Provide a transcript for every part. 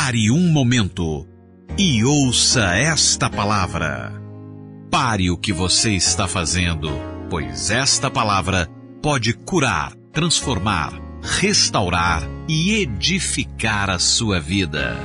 Pare um momento e ouça esta palavra. Pare o que você está fazendo, pois esta palavra pode curar, transformar, restaurar e edificar a sua vida.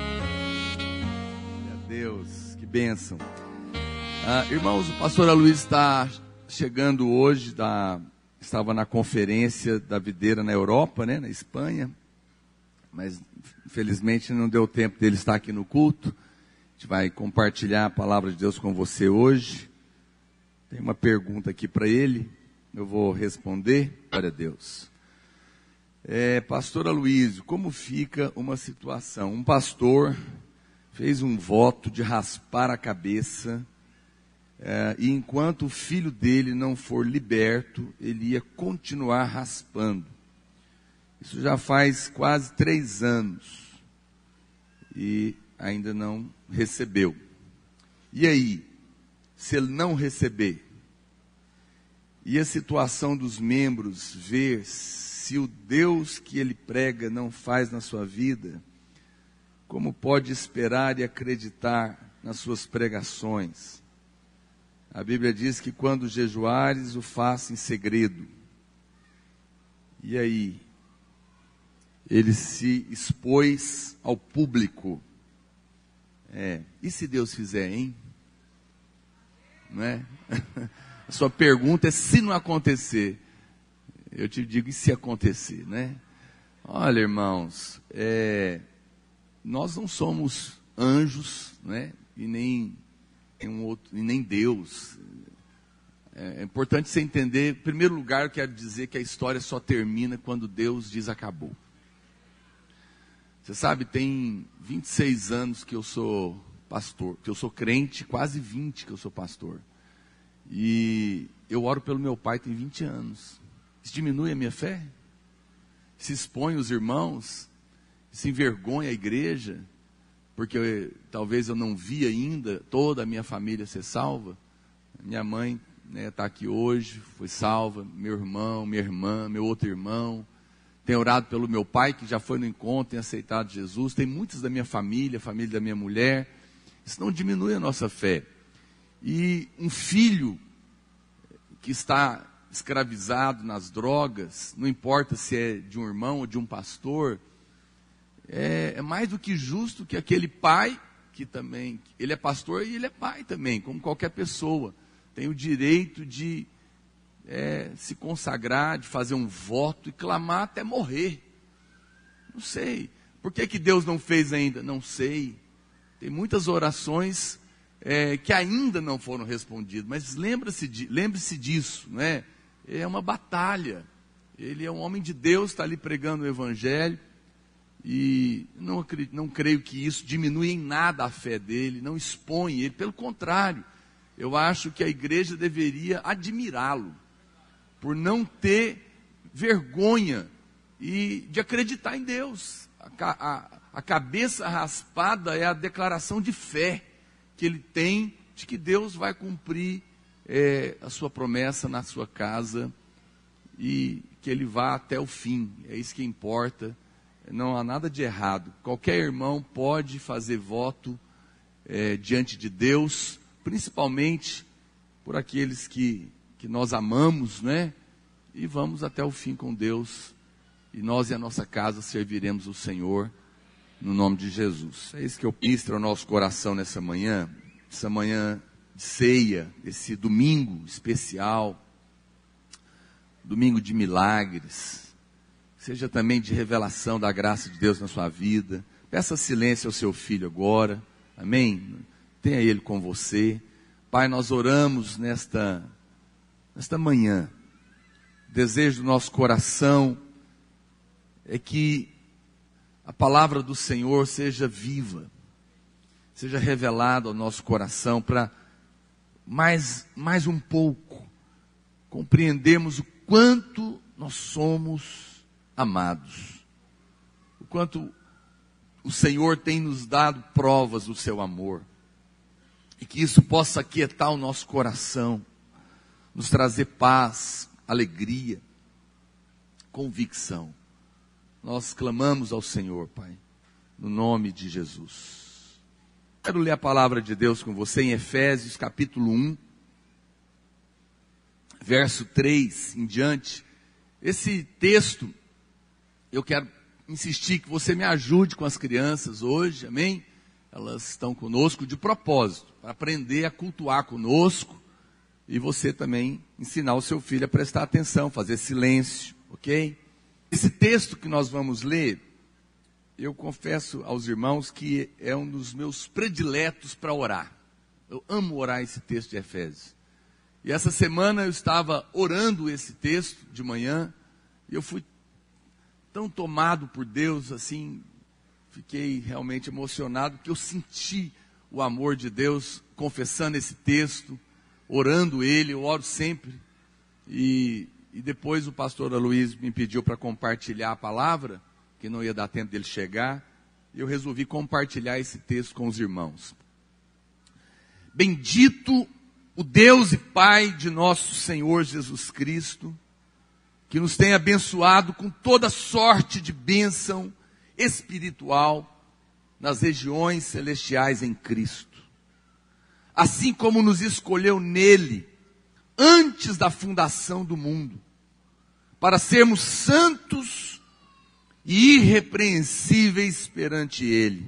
Meu Deus, que bênção. Irmãos, o pastor Aloysio está chegando hoje, estava na conferência da videira na Europa, né, na Espanha, mas infelizmente não deu tempo dele estar aqui no culto. A gente vai compartilhar a palavra de Deus com você hoje. Tem uma pergunta aqui para ele, eu vou responder. Glória a Deus. Pastor Aloysio, como fica uma situação? Um pastor fez um voto de raspar a cabeça, e enquanto o filho dele não for liberto, ele ia continuar raspando. Isso já faz quase 3 anos e ainda não recebeu. E aí, se ele não receber, e a situação dos membros ver se o Deus que ele prega não faz na sua vida, como pode esperar e acreditar nas suas pregações? A Bíblia diz que quando jejuares, o faça em segredo. E aí, ele se expôs ao público. E se Deus fizer, hein? Não é? A sua pergunta é se não acontecer. Eu te digo, e se acontecer, né? Olha, irmãos, nós não somos anjos, né? E nem Deus. É importante você entender. Em primeiro lugar, eu quero dizer que a história só termina quando Deus diz acabou. Você sabe, tem 26 anos que eu sou pastor, que eu sou crente, quase 20 que eu sou pastor. E eu oro pelo meu pai tem 20 anos. Isso diminui a minha fé? Se expõe os irmãos? Se envergonha a igreja? Porque talvez eu não vi ainda toda a minha família ser salva. Minha mãe está aqui hoje, foi salva. Meu irmão, minha irmã, meu outro irmão. Tenho orado pelo meu pai, que já foi no encontro, tem aceitado Jesus. Tem muitos da minha família, família da minha mulher. Isso não diminui a nossa fé. E um filho que está escravizado nas drogas, não importa se é de um irmão ou de um pastor, é mais do que justo que aquele pai, que também, ele é pastor e ele é pai também, como qualquer pessoa, tem o direito de se consagrar, de fazer um voto e clamar até morrer. Não sei. Por que Deus não fez ainda? Não sei. Tem muitas orações que ainda não foram respondidas, mas lembre-se disso, não é? É uma batalha. Ele é um homem de Deus, está ali pregando o Evangelho, e não creio que isso diminui em nada a fé dele, não expõe ele, pelo contrário, eu acho que a igreja deveria admirá-lo, por não ter vergonha e de acreditar em Deus. A cabeça raspada é a declaração de fé que ele tem de que Deus vai cumprir a sua promessa na sua casa e que ele vá até o fim. É isso que importa. Não há nada de errado. Qualquer irmão pode fazer voto diante de Deus, principalmente por aqueles que nós amamos, né? E vamos até o fim com Deus. E nós e a nossa casa serviremos o Senhor no nome de Jesus. É isso que eu ministro ao nosso coração nessa manhã. Essa manhã de ceia, esse domingo especial, domingo de milagres, seja também de revelação da graça de Deus na sua vida. Peça silêncio ao seu filho agora, amém? Tenha ele com você. Pai, nós oramos nesta manhã. O desejo do nosso coração é que a palavra do Senhor seja viva, seja revelada ao nosso coração, para mais um pouco compreendermos o quanto nós somos amados, o quanto o Senhor tem nos dado provas do seu amor, e que isso possa aquietar o nosso coração, nos trazer paz, alegria, convicção. Nós clamamos ao Senhor, Pai, no nome de Jesus. Quero ler a palavra de Deus com você em Efésios capítulo 1, verso 3 em diante. Esse texto, eu quero insistir que você me ajude com as crianças hoje, amém? Elas estão conosco de propósito, para aprender a cultuar conosco, e você também ensinar o seu filho a prestar atenção, fazer silêncio, ok? Esse texto que nós vamos ler, eu confesso aos irmãos que é um dos meus prediletos para orar. Eu amo orar esse texto de Efésios. E essa semana eu estava orando esse texto de manhã, e eu fui tão tomado por Deus, assim, fiquei realmente emocionado, porque eu senti o amor de Deus confessando esse texto, orando ele, eu oro sempre. E depois o pastor Aloysio me pediu para compartilhar a palavra, que não ia dar tempo dele chegar, e eu resolvi compartilhar esse texto com os irmãos. Bendito o Deus e Pai de nosso Senhor Jesus Cristo, que nos tem abençoado com toda sorte de bênção espiritual nas regiões celestiais em Cristo. Assim como nos escolheu nele, antes da fundação do mundo, para sermos santos e irrepreensíveis perante ele.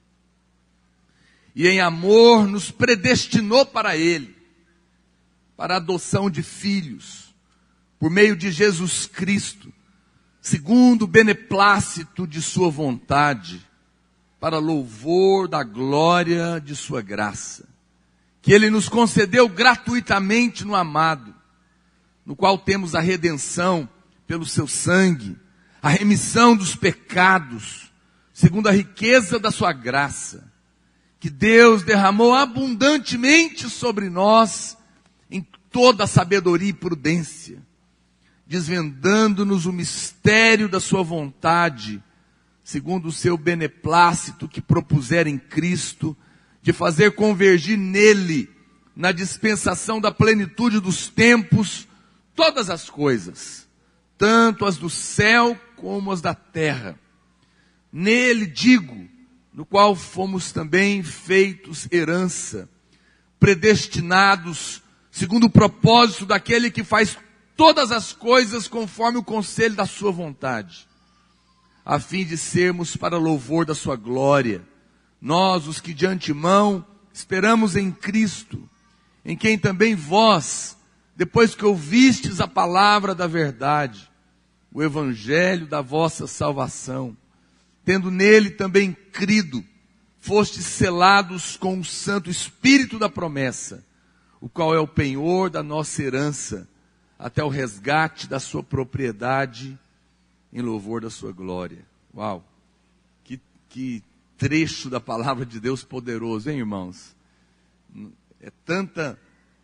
E em amor nos predestinou para ele, para a adoção de filhos, por meio de Jesus Cristo, segundo o beneplácito de sua vontade, para louvor da glória de sua graça, que ele nos concedeu gratuitamente no amado, no qual temos a redenção pelo seu sangue, a remissão dos pecados, segundo a riqueza da sua graça, que Deus derramou abundantemente sobre nós, em toda a sabedoria e prudência, desvendando-nos o mistério da sua vontade, segundo o seu beneplácito que propusera em Cristo, de fazer convergir nele, na dispensação da plenitude dos tempos, todas as coisas, tanto as do céu como as da terra. Nele, digo, no qual fomos também feitos herança, predestinados, segundo o propósito daquele que faz todas as coisas conforme o conselho da sua vontade, a fim de sermos para louvor da sua glória, nós os que de antemão esperamos em Cristo, em quem também vós, depois que ouvistes a palavra da verdade, o evangelho da vossa salvação, tendo nele também crido, fostes selados com o Santo Espírito da promessa, o qual é o penhor da nossa herança, até o resgate da sua propriedade, em louvor da sua glória. Uau! Que trecho da palavra de Deus poderoso, hein, irmãos? É tanta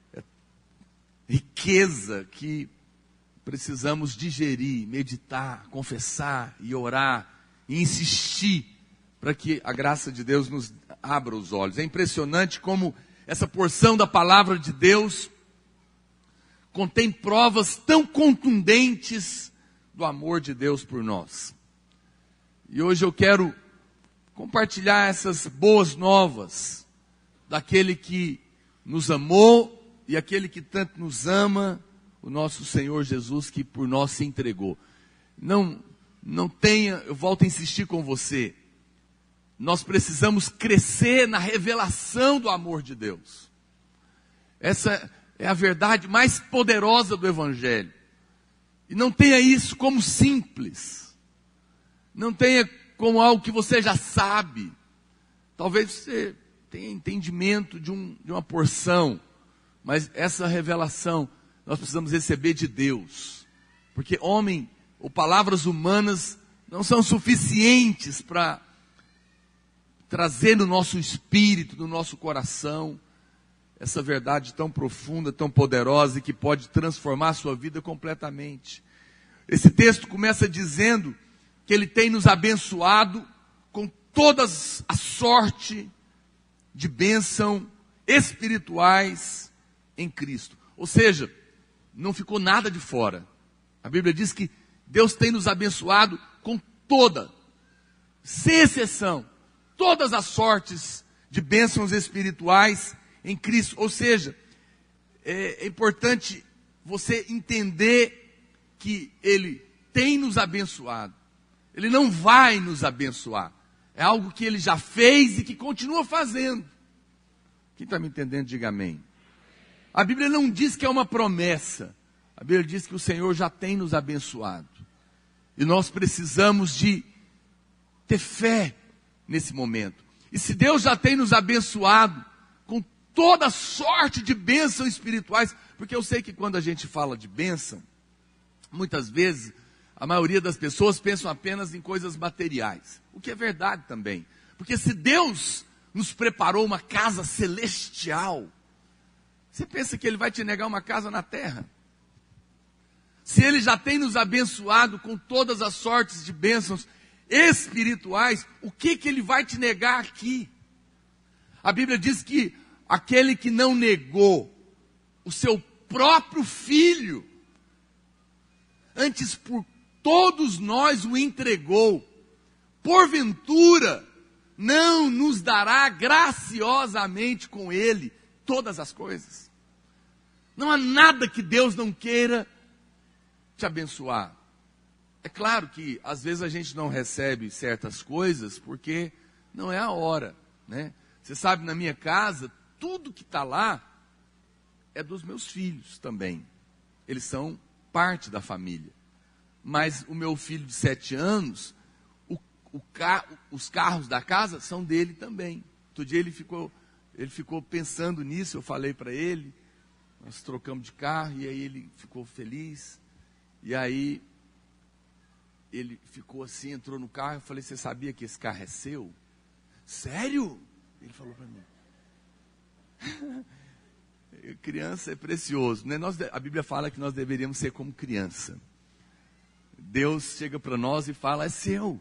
riqueza que precisamos digerir, meditar, confessar e orar e insistir para que a graça de Deus nos abra os olhos. É impressionante como essa porção da palavra de Deus contém provas tão contundentes do amor de Deus por nós. E hoje eu quero compartilhar essas boas novas daquele que nos amou e aquele que tanto nos ama, o nosso Senhor Jesus, que por nós se entregou. Não tenha, eu volto a insistir com você, nós precisamos crescer na revelação do amor de Deus. Essa é a verdade mais poderosa do Evangelho. E não tenha isso como simples. Não tenha como algo que você já sabe. Talvez você tenha entendimento de uma porção. Mas essa revelação nós precisamos receber de Deus. Porque homem ou palavras humanas não são suficientes para trazer no nosso espírito, no nosso coração, essa verdade tão profunda, tão poderosa e que pode transformar a sua vida completamente. Esse texto começa dizendo que ele tem nos abençoado com toda a sorte de bênção espirituais em Cristo. Ou seja, não ficou nada de fora. A Bíblia diz que Deus tem nos abençoado com toda. sem exceção, todas as sortes de bênçãos espirituais em Cristo. Ou seja, é importante você entender que Ele tem nos abençoado. Ele não vai nos abençoar. É algo que Ele já fez e que continua fazendo. Quem está me entendendo, diga amém. A Bíblia não diz que é uma promessa. A Bíblia diz que o Senhor já tem nos abençoado. E nós precisamos de ter fé nesse momento. E se Deus já tem nos abençoado com toda sorte de bênçãos espirituais, porque eu sei que quando a gente fala de bênção, muitas vezes a maioria das pessoas pensam apenas em coisas materiais. O que é verdade também. Porque se Deus nos preparou uma casa celestial, você pensa que Ele vai te negar uma casa na terra? Se Ele já tem nos abençoado com todas as sortes de bênçãos espirituais, o que Ele vai te negar aqui? A Bíblia diz que aquele que não negou o seu próprio filho, antes por todos nós o entregou, porventura não nos dará graciosamente com Ele todas as coisas? Não há nada que Deus não queira te abençoar. É claro que às vezes a gente não recebe certas coisas porque não é a hora, né? Você sabe, na minha casa, tudo que está lá é dos meus filhos também. Eles são parte da família. Mas o meu filho de 7 anos, os carros da casa são dele também. Outro dia ele ficou pensando nisso, eu falei para ele, nós trocamos de carro e aí ele ficou feliz. E aí ele ficou assim, entrou no carro, eu falei, você sabia que esse carro é seu? Sério? Ele falou para mim. Criança é precioso, né? A Bíblia fala que nós deveríamos ser como criança. Deus chega para nós e fala, é seu.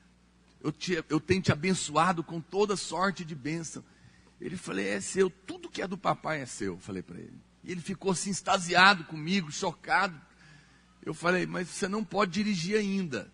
Eu tenho te abençoado com toda sorte de bênção. Ele falou, é seu, tudo que é do papai é seu, falei para ele. E ele ficou assim, extasiado comigo, chocado. Eu falei, mas você não pode dirigir ainda.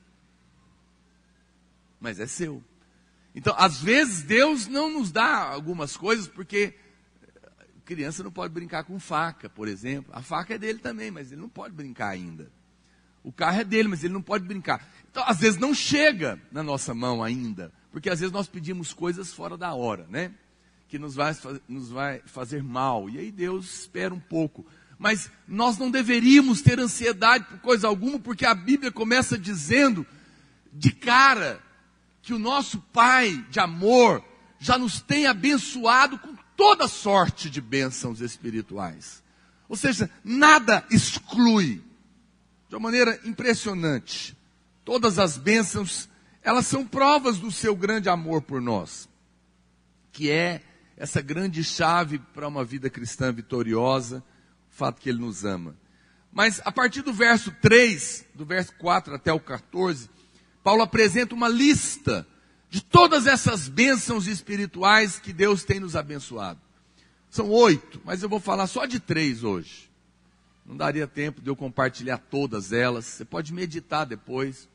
Mas é seu. Então, às vezes, Deus não nos dá algumas coisas, porque criança não pode brincar com faca, por exemplo. A faca é dele também, mas ele não pode brincar ainda. O carro é dele, mas ele não pode brincar. Então, às vezes, não chega na nossa mão ainda. Porque, às vezes, nós pedimos coisas fora da hora, né? Que nos vai fazer mal. E aí, Deus espera um pouco. Mas nós não deveríamos ter ansiedade por coisa alguma, porque a Bíblia começa dizendo, de cara, que o nosso Pai de amor já nos tem abençoado com toda sorte de bênçãos espirituais. Ou seja, nada exclui. De uma maneira impressionante. Todas as bênçãos, elas são provas do seu grande amor por nós. Que é essa grande chave para uma vida cristã vitoriosa, o fato que Ele nos ama. Mas a partir do verso 3, do verso 4 até o 14, Paulo apresenta uma lista de todas essas bênçãos espirituais que Deus tem nos abençoado. São 8, mas eu vou falar só de 3 hoje. Não daria tempo de eu compartilhar todas elas. Você pode meditar depois.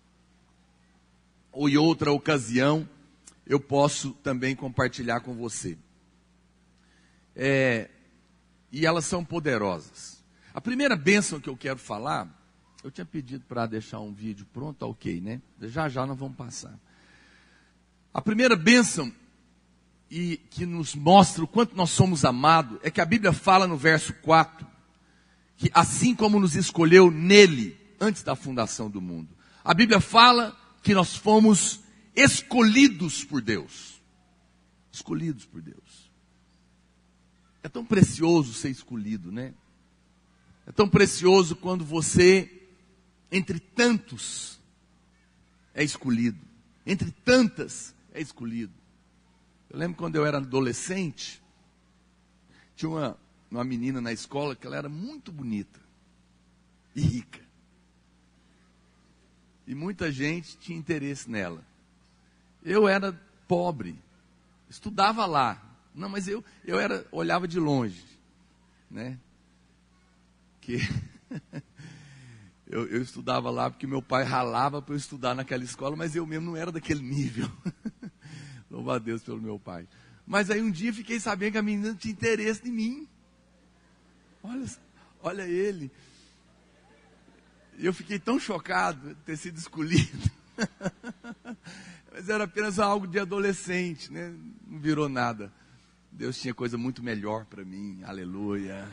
Ou em outra ocasião, eu posso também compartilhar com você. E elas são poderosas. A primeira bênção que eu quero falar, eu tinha pedido para deixar um vídeo pronto, tá ok, né? Já nós vamos passar. A primeira bênção, e que nos mostra o quanto nós somos amados, é que a Bíblia fala no verso 4, que assim como nos escolheu nele, antes da fundação do mundo. A Bíblia fala que nós fomos escolhidos por Deus. Escolhidos por Deus. É tão precioso ser escolhido, né? É tão precioso quando você, entre tantos, é escolhido. Entre tantas, é escolhido. Eu lembro quando eu era adolescente, tinha uma menina na escola que ela era muito bonita e rica. E muita gente tinha interesse nela. Eu era pobre, estudava lá. Não, mas eu olhava de longe, né? Que Eu estudava lá porque meu pai ralava para eu estudar naquela escola, mas eu mesmo não era daquele nível. Louva a Deus pelo meu pai. Mas aí um dia fiquei sabendo que a menina tinha interesse em mim. Olha ele. Eu fiquei tão chocado de ter sido escolhido. Mas era apenas algo de adolescente, né? Não virou nada. Deus tinha coisa muito melhor para mim. Aleluia.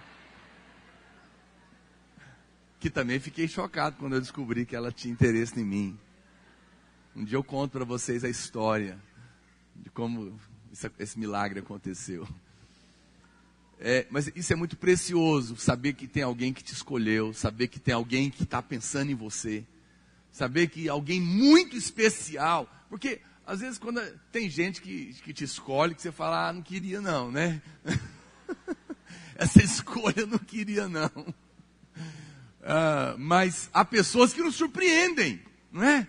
Que também fiquei chocado quando eu descobri que ela tinha interesse em mim. Um dia eu conto para vocês a história de como esse milagre aconteceu. Mas isso é muito precioso, saber que tem alguém que te escolheu, saber que tem alguém que está pensando em você, saber que alguém muito especial, porque às vezes quando tem gente que te escolhe, que você fala, não queria não, né? Essa escolha eu não queria não. Mas há pessoas que nos surpreendem, não é?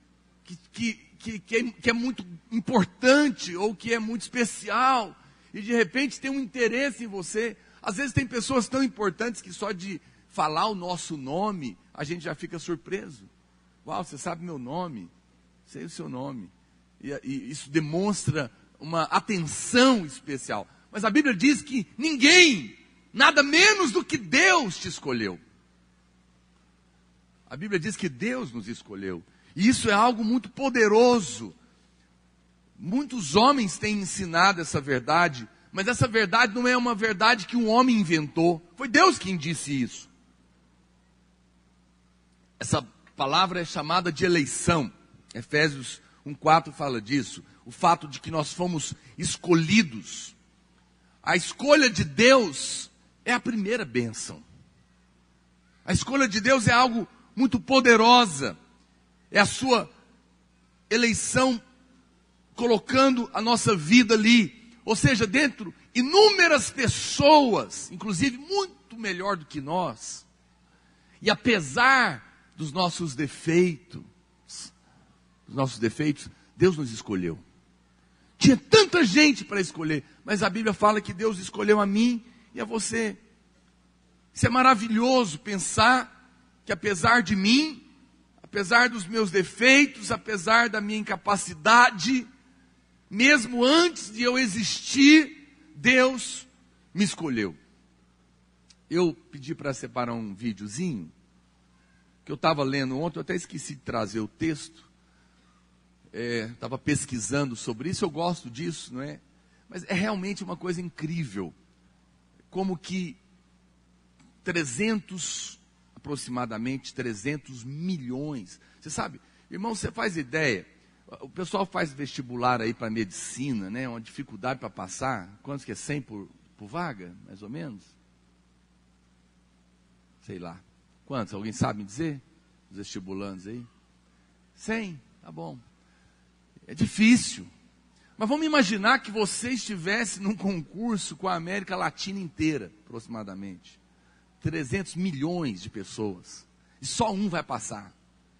Que é muito importante ou que é muito especial e de repente tem um interesse em você. Às vezes tem pessoas tão importantes que só de falar o nosso nome a gente já fica surpreso. Uau, você sabe meu nome? Sei o seu nome. E isso demonstra uma atenção especial. Mas a Bíblia diz que ninguém, nada menos do que Deus te escolheu. A Bíblia diz que Deus nos escolheu. E isso é algo muito poderoso. Muitos homens têm ensinado essa verdade, mas essa verdade não é uma verdade que um homem inventou. Foi Deus quem disse isso. Essa palavra é chamada de eleição. Efésios 1:4 fala disso. O fato de que nós fomos escolhidos. A escolha de Deus é a primeira bênção. A escolha de Deus é algo muito poderosa. É a sua eleição colocando a nossa vida ali. Ou seja, dentro inúmeras pessoas, inclusive muito melhor do que nós. E apesar dos nossos defeitos, Deus nos escolheu. Tinha tanta gente para escolher, mas a Bíblia fala que Deus escolheu a mim e a você. Isso é maravilhoso pensar que apesar de mim, apesar dos meus defeitos, apesar da minha incapacidade, mesmo antes de eu existir, Deus me escolheu. Eu pedi para separar um videozinho, que eu estava lendo ontem, eu até esqueci de trazer o texto, estava pesquisando sobre isso, eu gosto disso, não é? Mas é realmente uma coisa incrível, como que aproximadamente 300 milhões, você sabe, irmão, você faz ideia, o pessoal faz vestibular aí para medicina, né, uma dificuldade para passar, quantos que é 100 por vaga, mais ou menos? Sei lá, quantos, alguém sabe me dizer? Os vestibulantes aí? 100, tá bom, é difícil, mas vamos imaginar que você estivesse num concurso com a América Latina inteira, aproximadamente, 300 milhões de pessoas, e só um vai passar.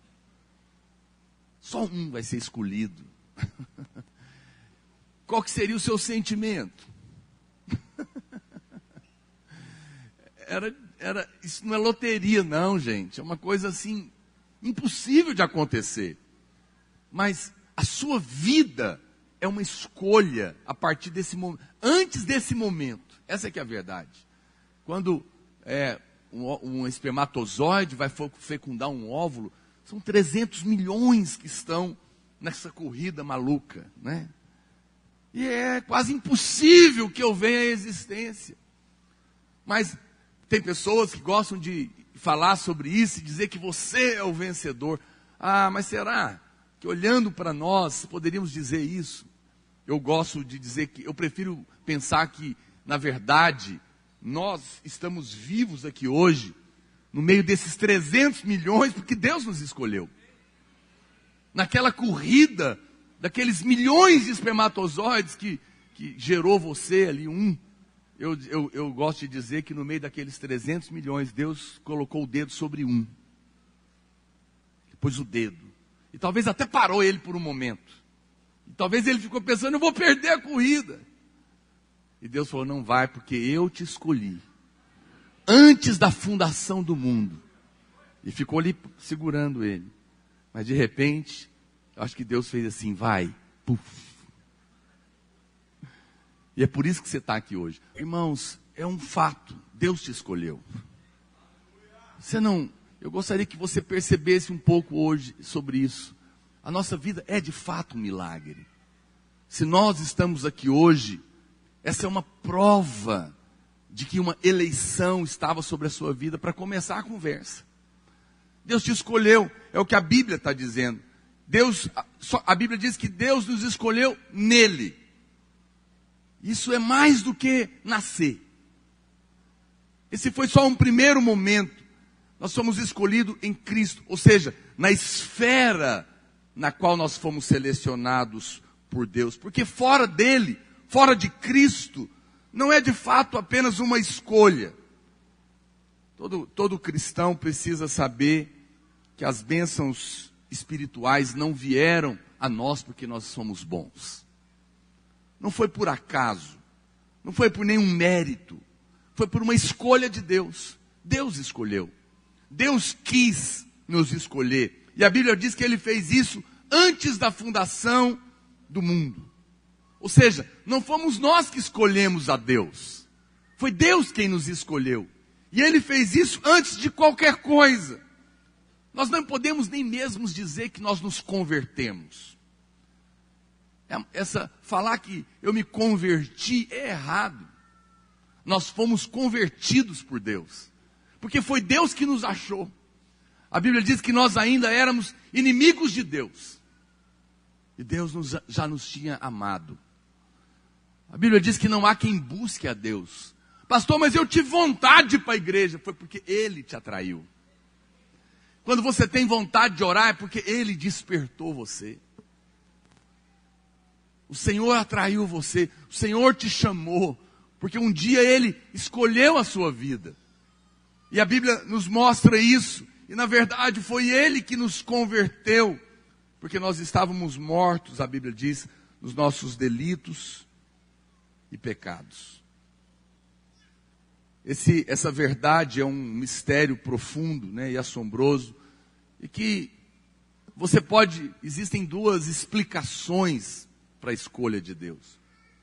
Só um vai ser escolhido. Qual que seria o seu sentimento? Isso não é loteria não, gente. É uma coisa assim, impossível de acontecer. Mas a sua vida é uma escolha a partir desse momento. Antes desse momento. Essa é que é a verdade. Quando um espermatozoide vai fecundar um óvulo, são 300 milhões que estão nessa corrida maluca, né? E é quase impossível que eu venha à existência. Mas tem pessoas que gostam de falar sobre isso e dizer que você é o vencedor. Ah, mas será que olhando para nós poderíamos dizer isso? Eu gosto de dizer que, eu prefiro pensar que, na verdade, nós estamos vivos aqui hoje, no meio desses 300 milhões, porque Deus nos escolheu. Naquela corrida, daqueles milhões de espermatozoides que gerou você ali, eu gosto de dizer que no meio daqueles 300 milhões, Deus colocou o dedo sobre um. Pôs o dedo. E talvez até parou ele por um momento. E talvez ele ficou pensando, eu vou perder a corrida. E Deus falou, não vai, porque eu te escolhi. Antes da fundação do mundo. E ficou ali segurando ele. Mas de repente, eu acho que Deus fez assim, vai, puf. E é por isso que você está aqui hoje. Irmãos, é um fato, Deus te escolheu. Eu gostaria que você percebesse um pouco hoje sobre isso. A nossa vida é de fato um milagre. Se nós estamos aqui hoje, essa é uma prova de que uma eleição estava sobre a sua vida para começar a conversa. Deus te escolheu, é o que a Bíblia está dizendo. A Bíblia diz que Deus nos escolheu nele. Isso é mais do que nascer. Esse foi só um primeiro momento. Nós somos escolhidos em Cristo, ou seja, na esfera na qual nós fomos selecionados por Deus. Porque fora dele, fora de Cristo, não é de fato apenas uma escolha. Todo cristão precisa saber que as bênçãos espirituais não vieram a nós porque nós somos bons. Não foi por acaso, não foi por nenhum mérito, foi por uma escolha de Deus. Deus escolheu. Deus quis nos escolher. E a Bíblia diz que Ele fez isso antes da fundação do mundo. Ou seja, não fomos nós que escolhemos a Deus. Foi Deus quem nos escolheu. E Ele fez isso antes de qualquer coisa. Nós não podemos nem mesmo dizer que nós nos convertemos. Falar que eu me converti é errado. Nós fomos convertidos por Deus. Porque foi Deus que nos achou. A Bíblia diz que nós ainda éramos inimigos de Deus. E Deus já nos tinha amado. A Bíblia diz que não há quem busque a Deus. Pastor, mas eu tive vontade de ir para a igreja. Foi porque Ele te atraiu. Quando você tem vontade de orar, é porque Ele despertou você. O Senhor atraiu você. O Senhor te chamou. Porque um dia Ele escolheu a sua vida. E a Bíblia nos mostra isso. E na verdade foi Ele que nos converteu. Porque nós estávamos mortos, a Bíblia diz, nos nossos delitos e pecados. Essa verdade é um mistério profundo, né, e assombroso. E que existem duas explicações para a escolha de Deus.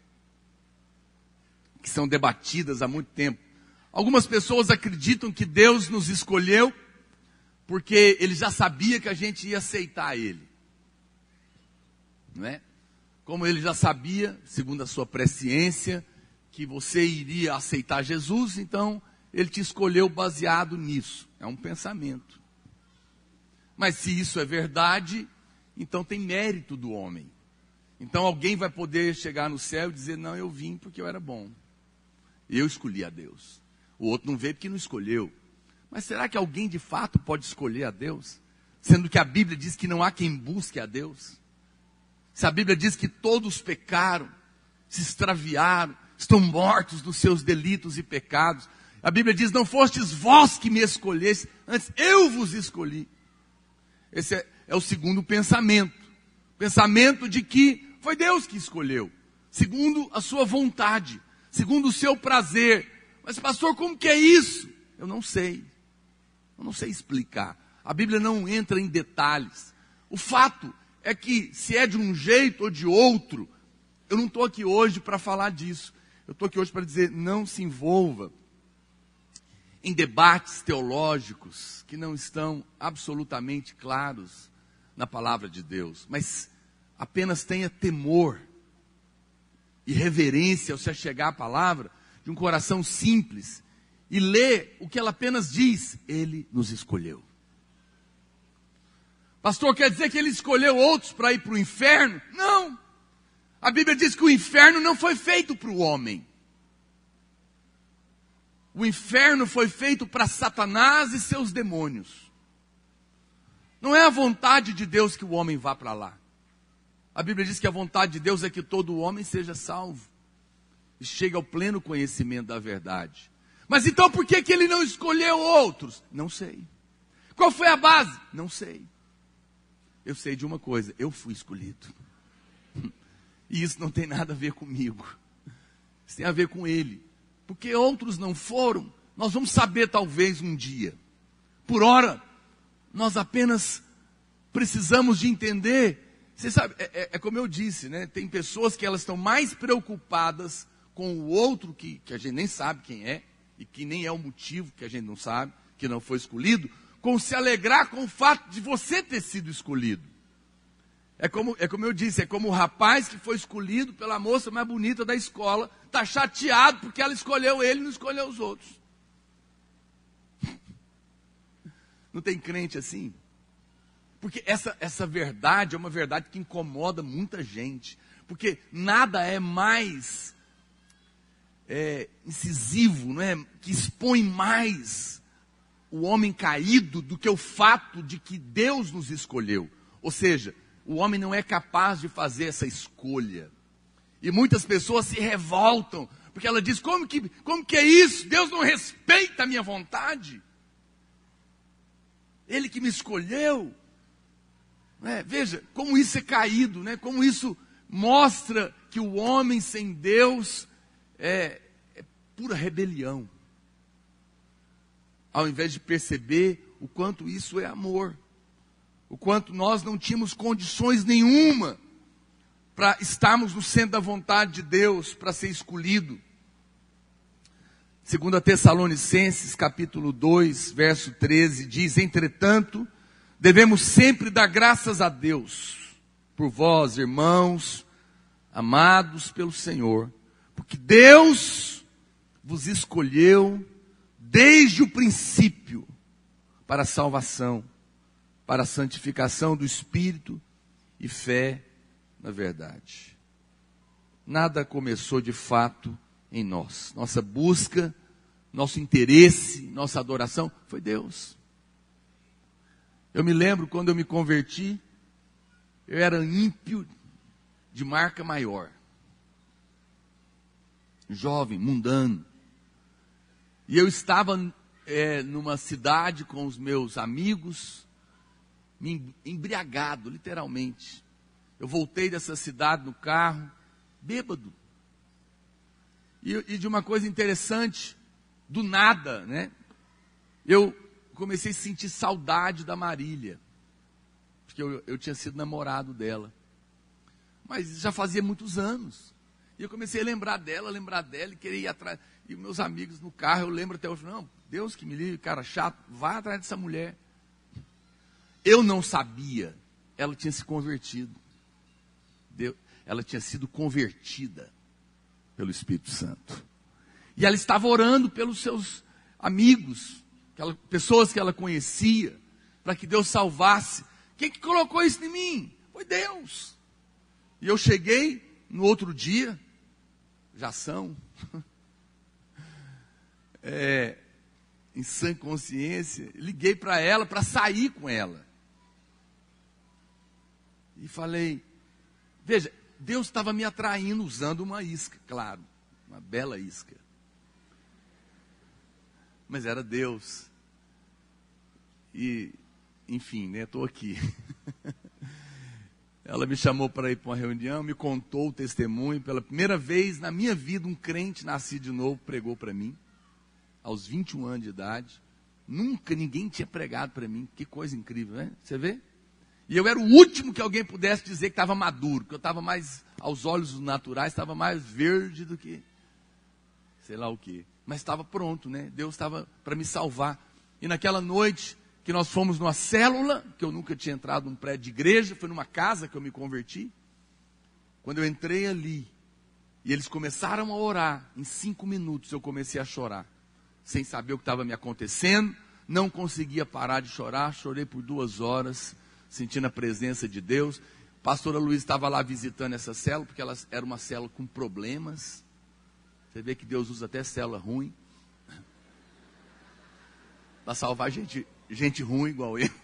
Que são debatidas há muito tempo. Algumas pessoas acreditam que Deus nos escolheu porque Ele já sabia que a gente ia aceitar Ele. Não é? Como Ele já sabia, segundo a sua presciência, que você iria aceitar Jesus, então Ele te escolheu baseado nisso. É um pensamento. Mas se isso é verdade, então tem mérito do homem. Então alguém vai poder chegar no céu e dizer, não, eu vim porque eu era bom. Eu escolhi a Deus. O outro não veio porque não escolheu. Mas será que alguém de fato pode escolher a Deus? Sendo que a Bíblia diz que não há quem busque a Deus. Se a Bíblia diz que todos pecaram, se extraviaram, estão mortos dos seus delitos e pecados. A Bíblia diz, não fostes vós que me escolheste, antes eu vos escolhi. Esse é o segundo pensamento. Pensamento de que foi Deus que escolheu, segundo a sua vontade, segundo o seu prazer. Mas pastor, como que é isso? Eu não sei explicar. A Bíblia não entra em detalhes. O fato é que se é de um jeito ou de outro, eu não estou aqui hoje para falar disso. Eu estou aqui hoje para dizer, não se envolva em debates teológicos que não estão absolutamente claros na palavra de Deus. Mas apenas tenha temor e reverência ao se achegar à palavra de um coração simples e lê o que ela apenas diz. Ele nos escolheu. Pastor, quer dizer que Ele escolheu outros para ir para o inferno? Não. A Bíblia diz que o inferno não foi feito para o homem. O inferno foi feito para Satanás e seus demônios. Não é a vontade de Deus que o homem vá para lá. A Bíblia diz que a vontade de Deus é que todo homem seja salvo e chegue ao pleno conhecimento da verdade. Mas então por que Ele não escolheu outros? Não sei. Qual foi a base? Não sei. Eu sei de uma coisa, eu fui escolhido. E isso não tem nada a ver comigo. Isso tem a ver com Ele. Porque outros não foram, nós vamos saber talvez um dia. Por ora, nós apenas precisamos de entender. Você sabe, é como eu disse, né? Tem pessoas que elas estão mais preocupadas com o outro, que a gente nem sabe quem é, e que nem é o motivo, que a gente não sabe, que não foi escolhido, com se alegrar com o fato de você ter sido escolhido. É como eu disse, é como o rapaz que foi escolhido pela moça mais bonita da escola, está chateado porque ela escolheu ele e não escolheu os outros. Não tem crente assim? Porque essa verdade é uma verdade que incomoda muita gente. Porque nada é mais incisivo, não é? Que expõe mais o homem caído do que o fato de que Deus nos escolheu. Ou seja, o homem não é capaz de fazer essa escolha. E muitas pessoas se revoltam, porque ela diz, como que é isso? Deus não respeita a minha vontade. Ele que me escolheu. Veja, como isso é caído, né? Como isso mostra que o homem sem Deus é pura rebelião. Ao invés de perceber o quanto isso é amor. O quanto nós não tínhamos condições nenhuma para estarmos no centro da vontade de Deus, para ser escolhido. 2 Tessalonicenses, capítulo 2, verso 13, diz, entretanto, devemos sempre dar graças a Deus, por vós, irmãos, amados pelo Senhor, porque Deus vos escolheu desde o princípio para a salvação, para a santificação do Espírito e fé na verdade. Nada começou de fato em nós. Nossa busca, nosso interesse, nossa adoração foi Deus. Eu me lembro quando eu me converti, eu era ímpio de marca maior. Jovem, mundano. E eu estava numa cidade com os meus amigos, embriagado, literalmente. Eu voltei dessa cidade no carro, bêbado. E de uma coisa interessante, do nada, né? Eu comecei a sentir saudade da Marília. Porque eu tinha sido namorado dela. Mas já fazia muitos anos. E eu comecei a lembrar dela, e querer ir atrás. E meus amigos no carro, eu lembro até hoje, não, Deus que me livre, cara chato, vai atrás dessa mulher. Eu não sabia, ela tinha se convertido. Ela tinha sido convertida pelo Espírito Santo. E ela estava orando pelos seus amigos, pessoas que ela conhecia, para que Deus salvasse. Quem que colocou isso em mim? Foi Deus. E eu cheguei no outro dia, já são, em sã consciência, liguei para ela para sair com ela. E falei, veja, Deus estava me atraindo usando uma isca, claro, uma bela isca. Mas era Deus. E, enfim, né, estou aqui. Ela me chamou para ir para uma reunião, me contou o testemunho. Pela primeira vez na minha vida, um crente nascido de novo pregou para mim, aos 21 anos de idade. Nunca ninguém tinha pregado para mim. Que coisa incrível, né? Você vê? E eu era o último que alguém pudesse dizer que estava maduro, que eu estava mais, aos olhos naturais, estava mais verde do que sei lá o quê. Mas estava pronto, né? Deus estava para me salvar. E naquela noite que nós fomos numa célula, que eu nunca tinha entrado num prédio de igreja, foi numa casa que eu me converti. Quando eu entrei ali, e eles começaram a orar, em 5 minutos eu comecei a chorar, sem saber o que estava me acontecendo, não conseguia parar de chorar, chorei por 2 horas, sentindo a presença de Deus. A pastora Luiz estava lá visitando essa célula, porque ela era uma célula com problemas. Você vê que Deus usa até célula ruim, para salvar gente ruim igual eu.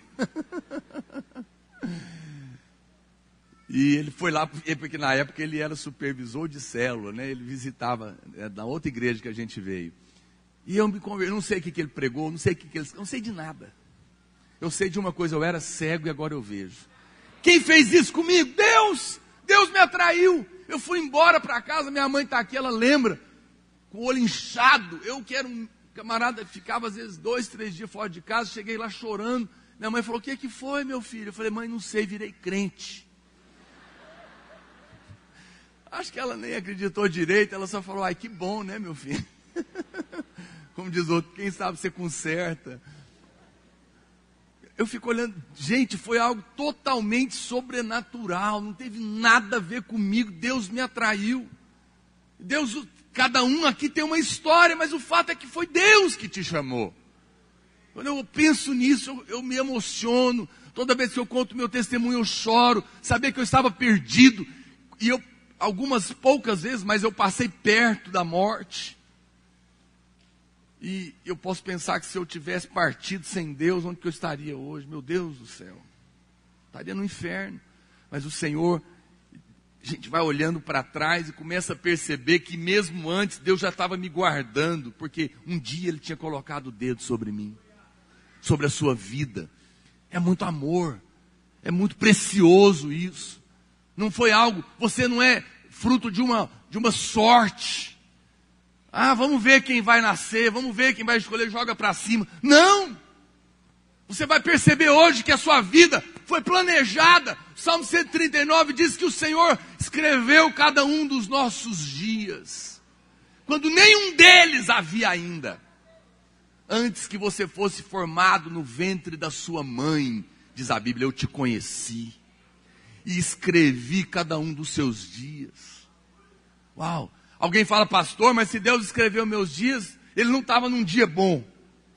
E ele foi lá, porque na época ele era supervisor de célula, né? Ele visitava na outra igreja que a gente veio. E eu me converti, não sei o que ele pregou, não sei não sei de nada. Eu sei de uma coisa, eu era cego e agora eu vejo. Quem fez isso comigo? Deus! Deus me atraiu. Eu fui embora para casa, minha mãe está aqui, ela lembra, com o olho inchado. Eu que era um camarada, ficava às vezes 2, 3 dias fora de casa, cheguei lá chorando. Minha mãe falou, o que foi, meu filho? Eu falei, mãe, não sei, virei crente. Acho que ela nem acreditou direito, ela só falou, ai, que bom, né, meu filho? Como diz outro, quem sabe você conserta. Eu fico olhando, gente, foi algo totalmente sobrenatural, não teve nada a ver comigo, Deus me atraiu. Deus, cada um aqui tem uma história, mas o fato é que foi Deus que te chamou. Quando eu penso nisso, eu me emociono. Toda vez que eu conto meu testemunho, eu choro. Saber que eu estava perdido. E eu, algumas poucas vezes, mas eu passei perto da morte. E eu posso pensar que se eu tivesse partido sem Deus, onde que eu estaria hoje? Meu Deus do céu. Estaria no inferno. Mas o Senhor, a gente vai olhando para trás e começa a perceber que mesmo antes, Deus já estava me guardando. Porque um dia Ele tinha colocado o dedo sobre mim. Sobre a sua vida. É muito amor. É muito precioso isso. Não foi algo, você não é fruto de uma sorte. Ah, vamos ver quem vai nascer, vamos ver quem vai escolher, joga para cima. Não! Você vai perceber hoje que a sua vida foi planejada. O Salmo 139 diz que o Senhor escreveu cada um dos nossos dias. Quando nenhum deles havia ainda. Antes que você fosse formado no ventre da sua mãe, diz a Bíblia, eu te conheci. E escrevi cada um dos seus dias. Uau! Alguém fala, pastor, mas se Deus escreveu meus dias, Ele não estava num dia bom.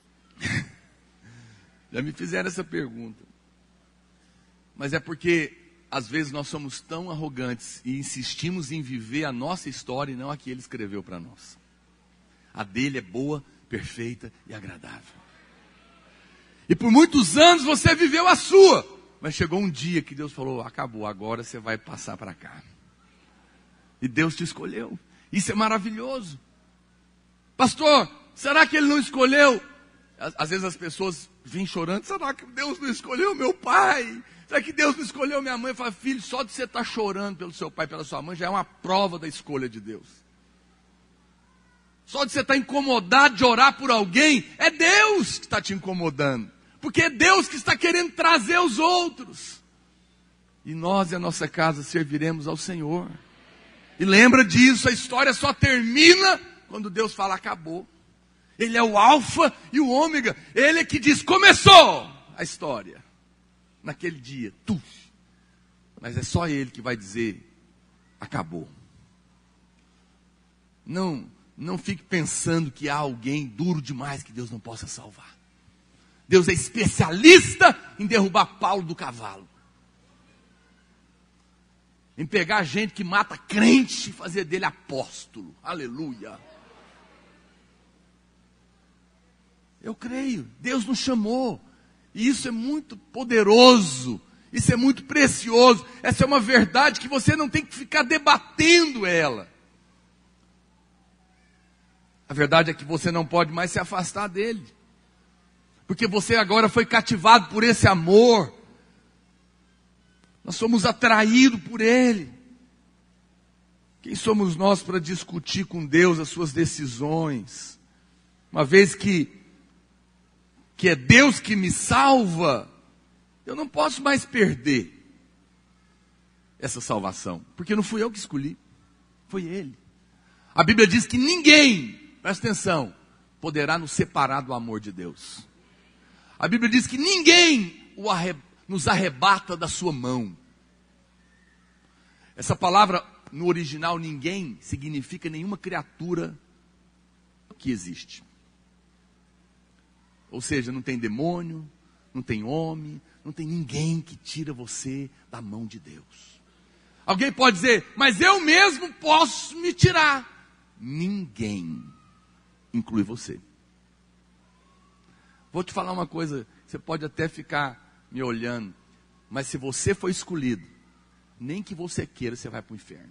Já me fizeram essa pergunta. Mas é porque, às vezes, nós somos tão arrogantes e insistimos em viver a nossa história e não a que Ele escreveu para nós. A dele é boa, perfeita e agradável. E por muitos anos você viveu a sua. Mas chegou um dia que Deus falou, acabou, agora você vai passar para cá. E Deus te escolheu. Isso é maravilhoso. Pastor, será que Ele não escolheu? Às vezes as pessoas vêm chorando, será que Deus não escolheu meu pai? Será que Deus não escolheu minha mãe? Eu falo, filho, só de você estar chorando pelo seu pai e pela sua mãe, já é uma prova da escolha de Deus. Só de você estar incomodado de orar por alguém, é Deus que está te incomodando. Porque é Deus que está querendo trazer os outros. E nós e a nossa casa serviremos ao Senhor. E lembra disso, a história só termina quando Deus fala, acabou. Ele é o alfa e o ômega. Ele é que diz, começou a história. Naquele dia, mas é só Ele que vai dizer, acabou. Não fique pensando que há alguém duro demais que Deus não possa salvar. Deus é especialista em derrubar Paulo do cavalo. Em pegar gente que mata crente e fazer dele apóstolo. Aleluia. Eu creio. Deus nos chamou. E isso é muito poderoso. Isso é muito precioso. Essa é uma verdade que você não tem que ficar debatendo ela. A verdade é que você não pode mais se afastar dele. Porque você agora foi cativado por esse amor. Nós somos atraídos por Ele. Quem somos nós para discutir com Deus as suas decisões? Uma vez que é Deus que me salva, eu não posso mais perder essa salvação. Porque não fui eu que escolhi, foi Ele. A Bíblia diz que ninguém, presta atenção, poderá nos separar do amor de Deus. A Bíblia diz que ninguém nos arrebata da sua mão. Essa palavra no original, ninguém, significa nenhuma criatura que existe. Ou seja, não tem demônio, não tem homem, não tem ninguém que tira você da mão de Deus. Alguém pode dizer, mas eu mesmo posso me tirar. Ninguém, inclui você. Vou te falar uma coisa, você pode até ficar me olhando, mas se você for escolhido, nem que você queira, você vai para o inferno.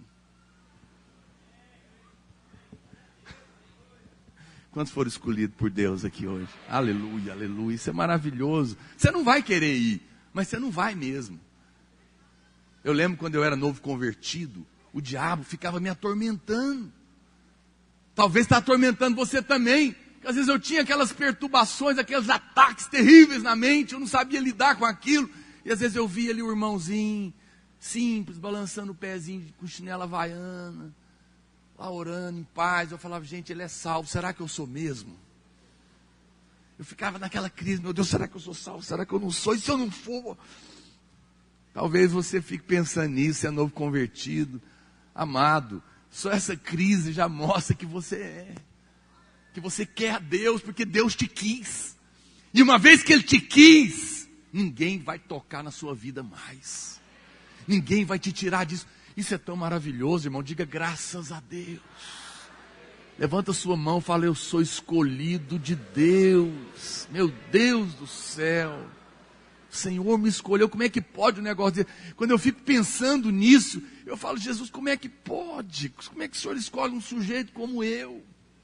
Quantos foram escolhidos por Deus aqui hoje? Aleluia, aleluia, isso é maravilhoso. Você não vai querer ir, mas você não vai mesmo. Eu lembro quando eu era novo convertido, o diabo ficava me atormentando. Talvez está atormentando você também. Às vezes eu tinha aquelas perturbações, aqueles ataques terríveis na mente, eu não sabia lidar com aquilo. E às vezes eu via ali o irmãozinho, simples, balançando o pezinho com chinela havaiana, lá orando em paz. Eu falava, gente, ele é salvo, será que eu sou mesmo? Eu ficava naquela crise, meu Deus, será que eu sou salvo? Será que eu não sou? E se eu não for? Talvez você fique pensando nisso, é novo convertido. Amado, só essa crise já mostra que você é. Que você quer a Deus, porque Deus te quis. E uma vez que Ele te quis, ninguém vai tocar na sua vida mais. Ninguém vai te tirar disso. Isso é tão maravilhoso, irmão. Diga graças a Deus. Levanta sua mão e fala, eu sou escolhido de Deus. Meu Deus do céu. O Senhor me escolheu. Como é que pode um negócio desse? Quando eu fico pensando nisso, eu falo, Jesus, como é que pode? Como é que o Senhor escolhe um sujeito como eu?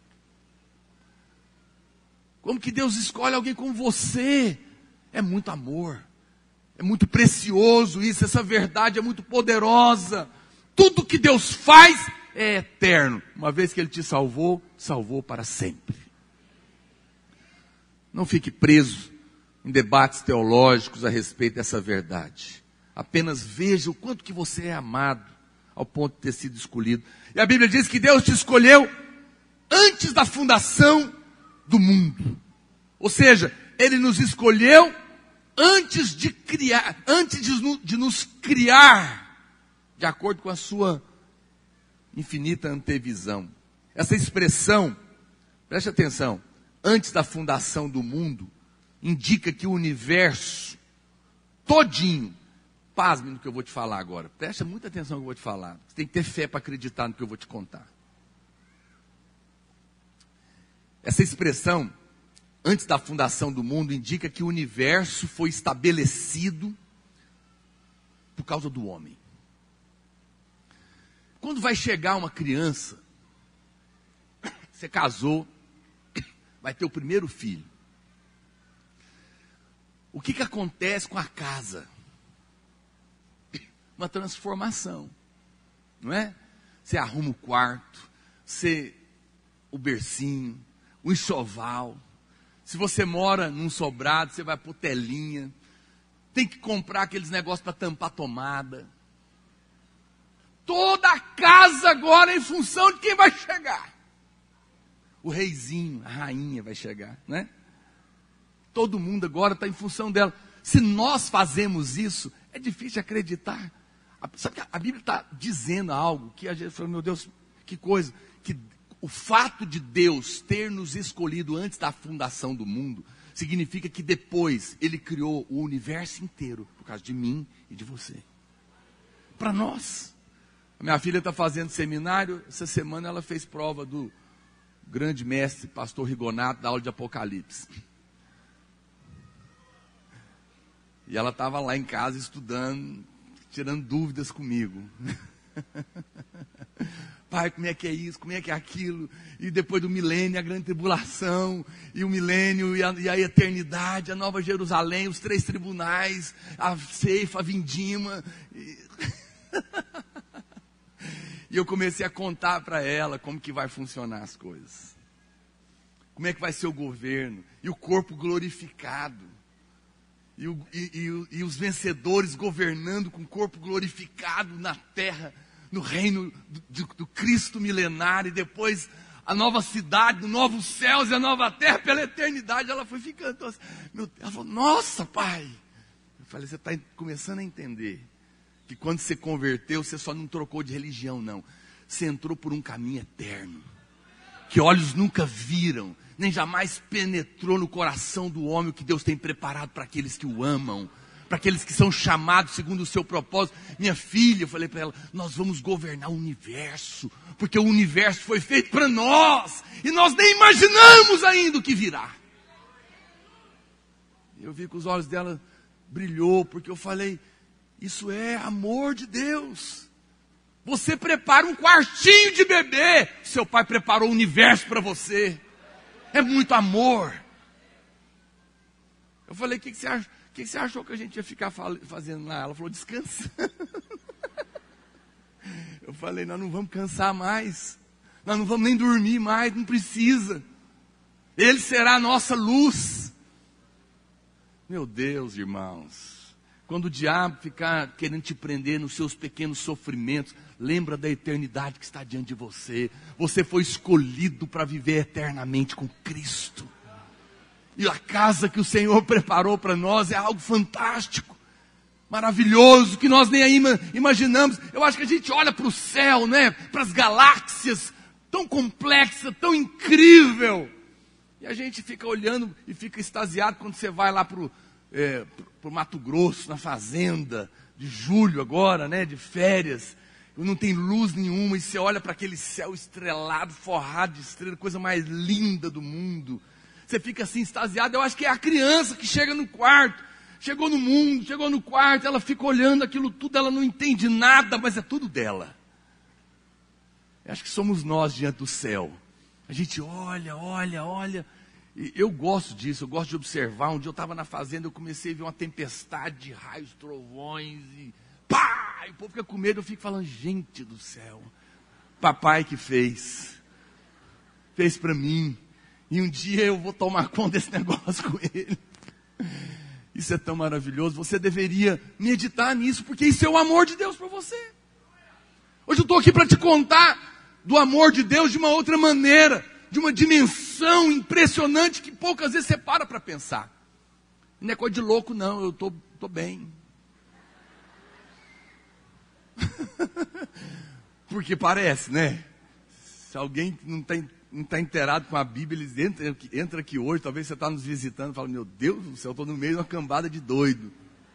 Como que Deus escolhe alguém como você? É muito amor. É muito precioso isso. Essa verdade é muito poderosa. Tudo que Deus faz é eterno. Uma vez que Ele te salvou, salvou para sempre. Não fique preso em debates teológicos a respeito dessa verdade. Apenas veja o quanto que você é amado, ao ponto de ter sido escolhido. E a Bíblia diz que Deus te escolheu antes da fundação do mundo. Ou seja, Ele nos escolheu antes de criar, antes de nos criar, de acordo com a sua infinita antevisão. Essa expressão, preste atenção, antes da fundação do mundo, indica que o universo todinho, pasme no que eu vou te falar agora, presta muita atenção no que eu vou te falar, você tem que ter fé para acreditar no que eu vou te contar. Essa expressão, antes da fundação do mundo, indica que o universo foi estabelecido por causa do homem. Quando vai chegar uma criança, você casou, vai ter o primeiro filho. O que acontece com a casa? Uma transformação, não é? Você arruma o quarto, o bercinho, o enxoval. Se você mora num sobrado, você vai pôr telinha. Tem que comprar aqueles negócios para tampar a tomada. Toda a casa agora é em função de quem vai chegar. O reizinho, a rainha vai chegar, né? Todo mundo agora está em função dela. Se nós fazemos isso, é difícil acreditar. Sabe que a Bíblia está dizendo algo que a gente fala, meu Deus, que coisa. Que o fato de Deus ter nos escolhido antes da fundação do mundo, significa que depois Ele criou o universo inteiro, por causa de mim e de você. Para nós. A minha filha está fazendo seminário, essa semana ela fez prova do grande mestre, pastor Rigonato, da aula de Apocalipse. E ela estava lá em casa estudando, tirando dúvidas comigo. Pai, como é que é isso, como é que é aquilo? E depois do milênio, a grande tribulação, e o milênio, e a eternidade, a nova Jerusalém, os 3 tribunais, a ceifa, a vindima. E eu comecei a contar para ela como que vai funcionar as coisas. Como é que vai ser o governo, e o corpo glorificado. E os vencedores governando com o corpo glorificado na terra, no reino do Cristo milenário, e depois a nova cidade, os novos céus e a nova terra pela eternidade. Ela foi ficando assim, ela falou, nossa pai. Eu falei, você está começando a entender que quando você converteu, você só não trocou de religião não, você entrou por um caminho eterno, que olhos nunca viram, nem jamais penetrou no coração do homem o que Deus tem preparado para aqueles que o amam, para aqueles que são chamados segundo o seu propósito. Minha filha, eu falei para ela, nós vamos governar o universo, porque o universo foi feito para nós, e nós nem imaginamos ainda o que virá. Eu vi que os olhos dela brilhou, porque eu falei, isso é amor de Deus. Você prepara um quartinho de bebê, seu pai preparou o universo para você. É muito amor. Eu falei, o que você achou que a gente ia ficar fazendo lá? Ela falou, descansa. Eu falei, nós não vamos cansar mais. Nós não vamos nem dormir mais, não precisa. Ele será a nossa luz. Meu Deus, irmãos, quando o diabo ficar querendo te prender nos seus pequenos sofrimentos, lembra da eternidade que está diante de você. Você foi escolhido para viver eternamente com Cristo. E a casa que o Senhor preparou para nós é algo fantástico, maravilhoso, que nós nem aí imaginamos. Eu acho que a gente olha para o céu, né? Para as galáxias, tão complexa, tão incrível. E a gente fica olhando e fica extasiado quando você vai lá para o Mato Grosso, na fazenda, de julho agora, né? De férias. Não tem luz nenhuma e você olha para aquele céu estrelado, forrado de estrela, coisa mais linda do mundo. Você fica assim extasiado. Eu acho que é a criança que chega no quarto, chegou no mundo, chegou no quarto, ela fica olhando aquilo tudo, ela não entende nada, mas é tudo dela. Eu acho que somos nós diante do céu. A gente olha. E eu gosto disso, eu gosto de observar. Um dia eu estava na fazenda, eu comecei a ver uma tempestade de raios, trovões e pá! E o povo fica com medo, eu fico falando, gente do céu, papai que fez para mim. E um dia eu vou tomar conta desse negócio com ele. Isso é tão maravilhoso. Você deveria meditar nisso, porque isso é o amor de Deus para você. Hoje eu estou aqui para te contar do amor de Deus de uma outra maneira, de uma dimensão impressionante que poucas vezes você para pensar. Não é coisa de louco não, eu estou bem. Porque parece, né? Se alguém não está inteirado com a Bíblia, eles entram aqui hoje, talvez você está nos visitando e fala, meu Deus do céu, eu estou no meio de uma cambada de doido.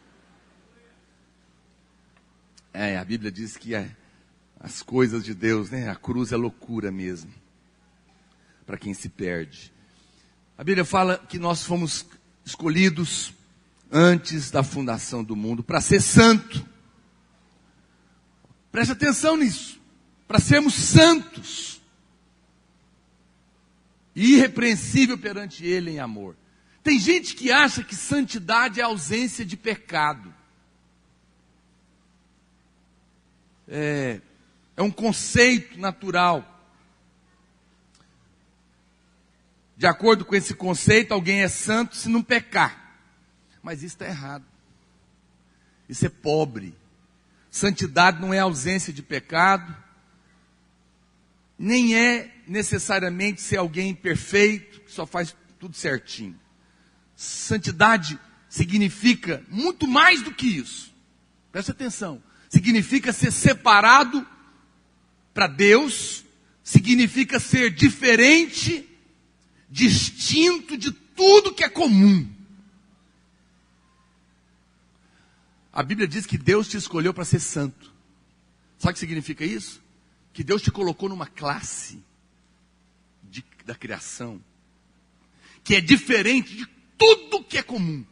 A Bíblia diz que as coisas de Deus, né? A cruz é loucura mesmo, para quem se perde. A Bíblia fala que nós fomos escolhidos antes da fundação do mundo para ser santo. Preste atenção nisso, para sermos santos, irrepreensível perante Ele em amor. Tem gente que acha que santidade é ausência de pecado. É um conceito natural. De acordo com esse conceito, alguém é santo se não pecar. Mas isso está errado. Isso é pobre. Santidade não é ausência de pecado, nem é necessariamente ser alguém perfeito, que só faz tudo certinho. Santidade significa muito mais do que isso. Presta atenção. Significa ser separado para Deus, significa ser diferente, distinto de tudo que é comum. A Bíblia diz que Deus te escolheu para ser santo. Sabe o que significa isso? Que Deus te colocou numa classe da criação que é diferente de tudo que é comum.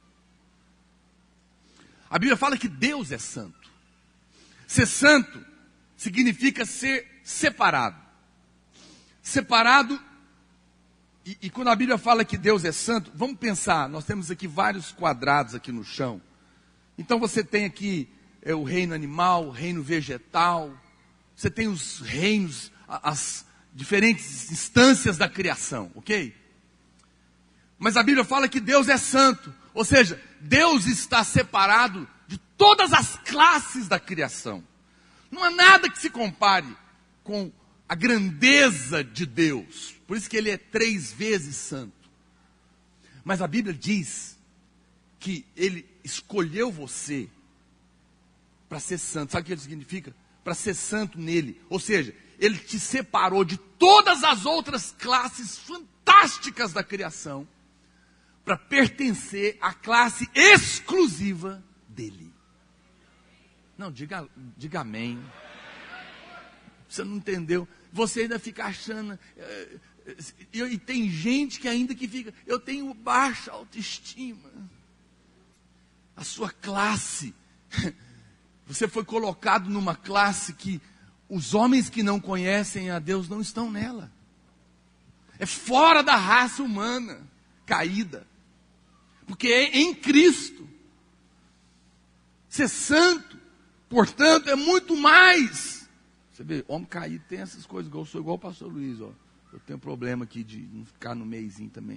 A Bíblia fala que Deus é santo. Ser santo significa ser separado. Separado, e quando a Bíblia fala que Deus é santo, vamos pensar, nós temos aqui vários quadrados aqui no chão. Então você tem aqui o reino animal, o reino vegetal, você tem os reinos, as diferentes instâncias da criação, ok? Mas a Bíblia fala que Deus é santo, ou seja, Deus está separado de todas as classes da criação. Não há nada que se compare com a grandeza de Deus, por isso que Ele é 3 vezes santo. Mas a Bíblia diz que Ele escolheu você para ser santo. Sabe o que isso significa? Para ser santo nele. Ou seja, Ele te separou de todas as outras classes fantásticas da criação para pertencer à classe exclusiva dele. Não, diga amém. Você não entendeu. Você ainda fica achando... E tem gente que ainda que fica... Eu tenho baixa autoestima. A sua classe, você foi colocado numa classe que os homens que não conhecem a Deus não estão nela. É fora da raça humana caída. Porque é em Cristo. Ser santo, portanto, é muito mais. Você vê, homem caído tem essas coisas, eu sou igual o pastor Luiz, ó. Eu tenho problema aqui de não ficar no meizinho também.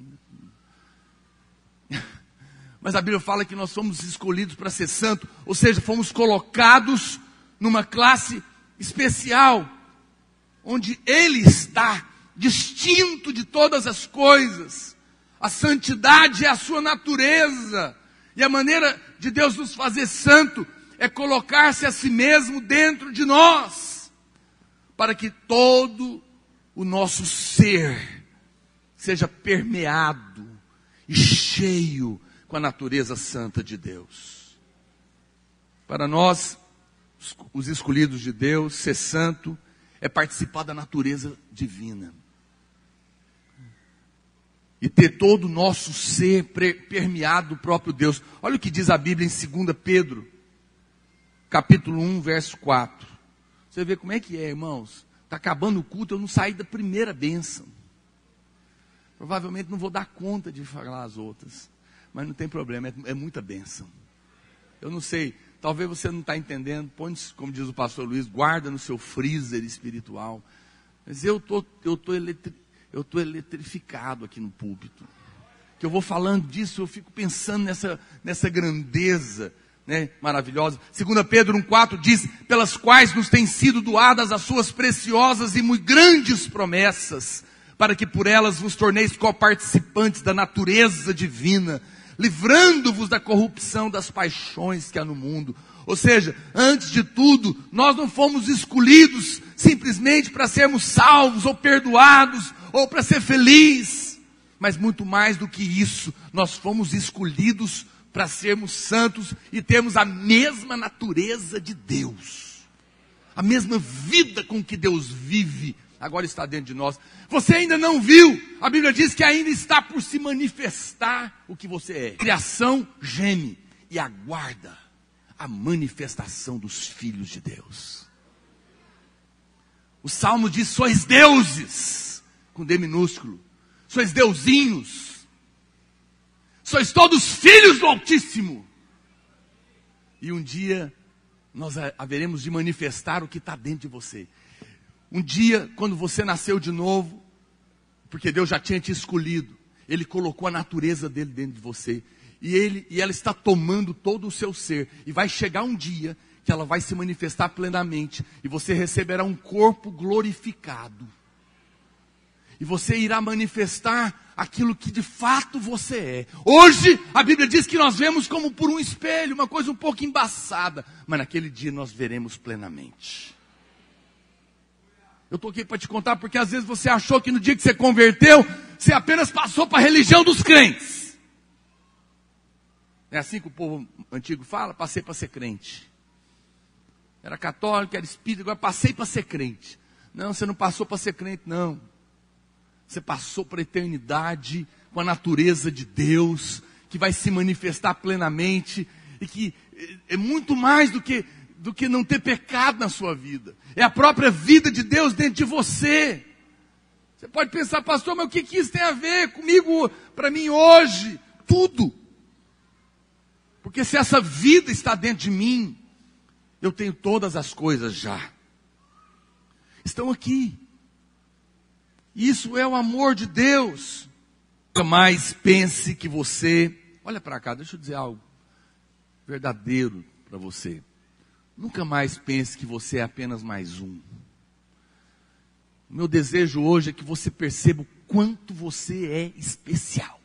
Mas a Bíblia fala que nós fomos escolhidos para ser santo, ou seja, fomos colocados numa classe especial, onde Ele está distinto de todas as coisas. A santidade é a sua natureza, e a maneira de Deus nos fazer santo é colocar-se a si mesmo dentro de nós, para que todo o nosso ser seja permeado e cheio com a natureza santa de Deus. Para nós, os escolhidos de Deus, ser santo é participar da natureza divina. E ter todo o nosso ser permeado do próprio Deus. Olha o que diz a Bíblia em 2 Pedro, capítulo 1, verso 4. Você vê como é que é, irmãos? Está acabando o culto, eu não saí da primeira bênção. Provavelmente não vou dar conta de falar as outras. Mas não tem problema, é muita bênção. Eu não sei, talvez você não está entendendo. Põe, como diz o pastor Luiz, guarda no seu freezer espiritual. Mas eu tô eletrificado aqui no púlpito. Que eu vou falando disso, eu fico pensando nessa grandeza, né, maravilhosa. 2 Pedro 1,4 diz: pelas quais nos têm sido doadas as suas preciosas e muito grandes promessas, para que por elas vos torneis coparticipantes da natureza divina, livrando-vos da corrupção das paixões que há no mundo. Ou seja, antes de tudo, nós não fomos escolhidos simplesmente para sermos salvos ou perdoados ou para ser felizes, mas muito mais do que isso, nós fomos escolhidos para sermos santos e termos a mesma natureza de Deus, a mesma vida com que Deus vive, agora está dentro de nós. Você ainda não viu, a Bíblia diz que ainda está por se manifestar o que você é. A criação geme e aguarda a manifestação dos filhos de Deus. O Salmo diz: sois deuses, com D minúsculo, sois deusinhos, sois todos filhos do Altíssimo. E um dia nós haveremos de manifestar o que está dentro de você. Um dia, quando você nasceu de novo, porque Deus já tinha te escolhido, Ele colocou a natureza dele dentro de você, e ela está tomando todo o seu ser, e vai chegar um dia que ela vai se manifestar plenamente, e você receberá um corpo glorificado, e você irá manifestar aquilo que de fato você é. Hoje, a Bíblia diz que nós vemos como por um espelho, uma coisa um pouco embaçada, mas naquele dia nós veremos plenamente. Eu estou aqui para te contar, porque às vezes você achou que no dia que você converteu, você apenas passou para a religião dos crentes. É assim que o povo antigo fala: passei para ser crente. Era católico, era espírita, agora passei para ser crente. Não, você não passou para ser crente, não. Você passou para a eternidade com a natureza de Deus, que vai se manifestar plenamente, e que é muito mais do que não ter pecado na sua vida. É a própria vida de Deus dentro de você. Você pode pensar: pastor, mas o que isso tem a ver comigo, para mim hoje? Tudo. Porque se essa vida está dentro de mim, eu tenho todas as coisas já. Estão aqui. Isso é o amor de Deus. Nunca mais pense que você... Olha para cá, deixa eu dizer algo verdadeiro para você. Nunca mais pense que você é apenas mais um. O meu desejo hoje é que você perceba o quanto você é especial.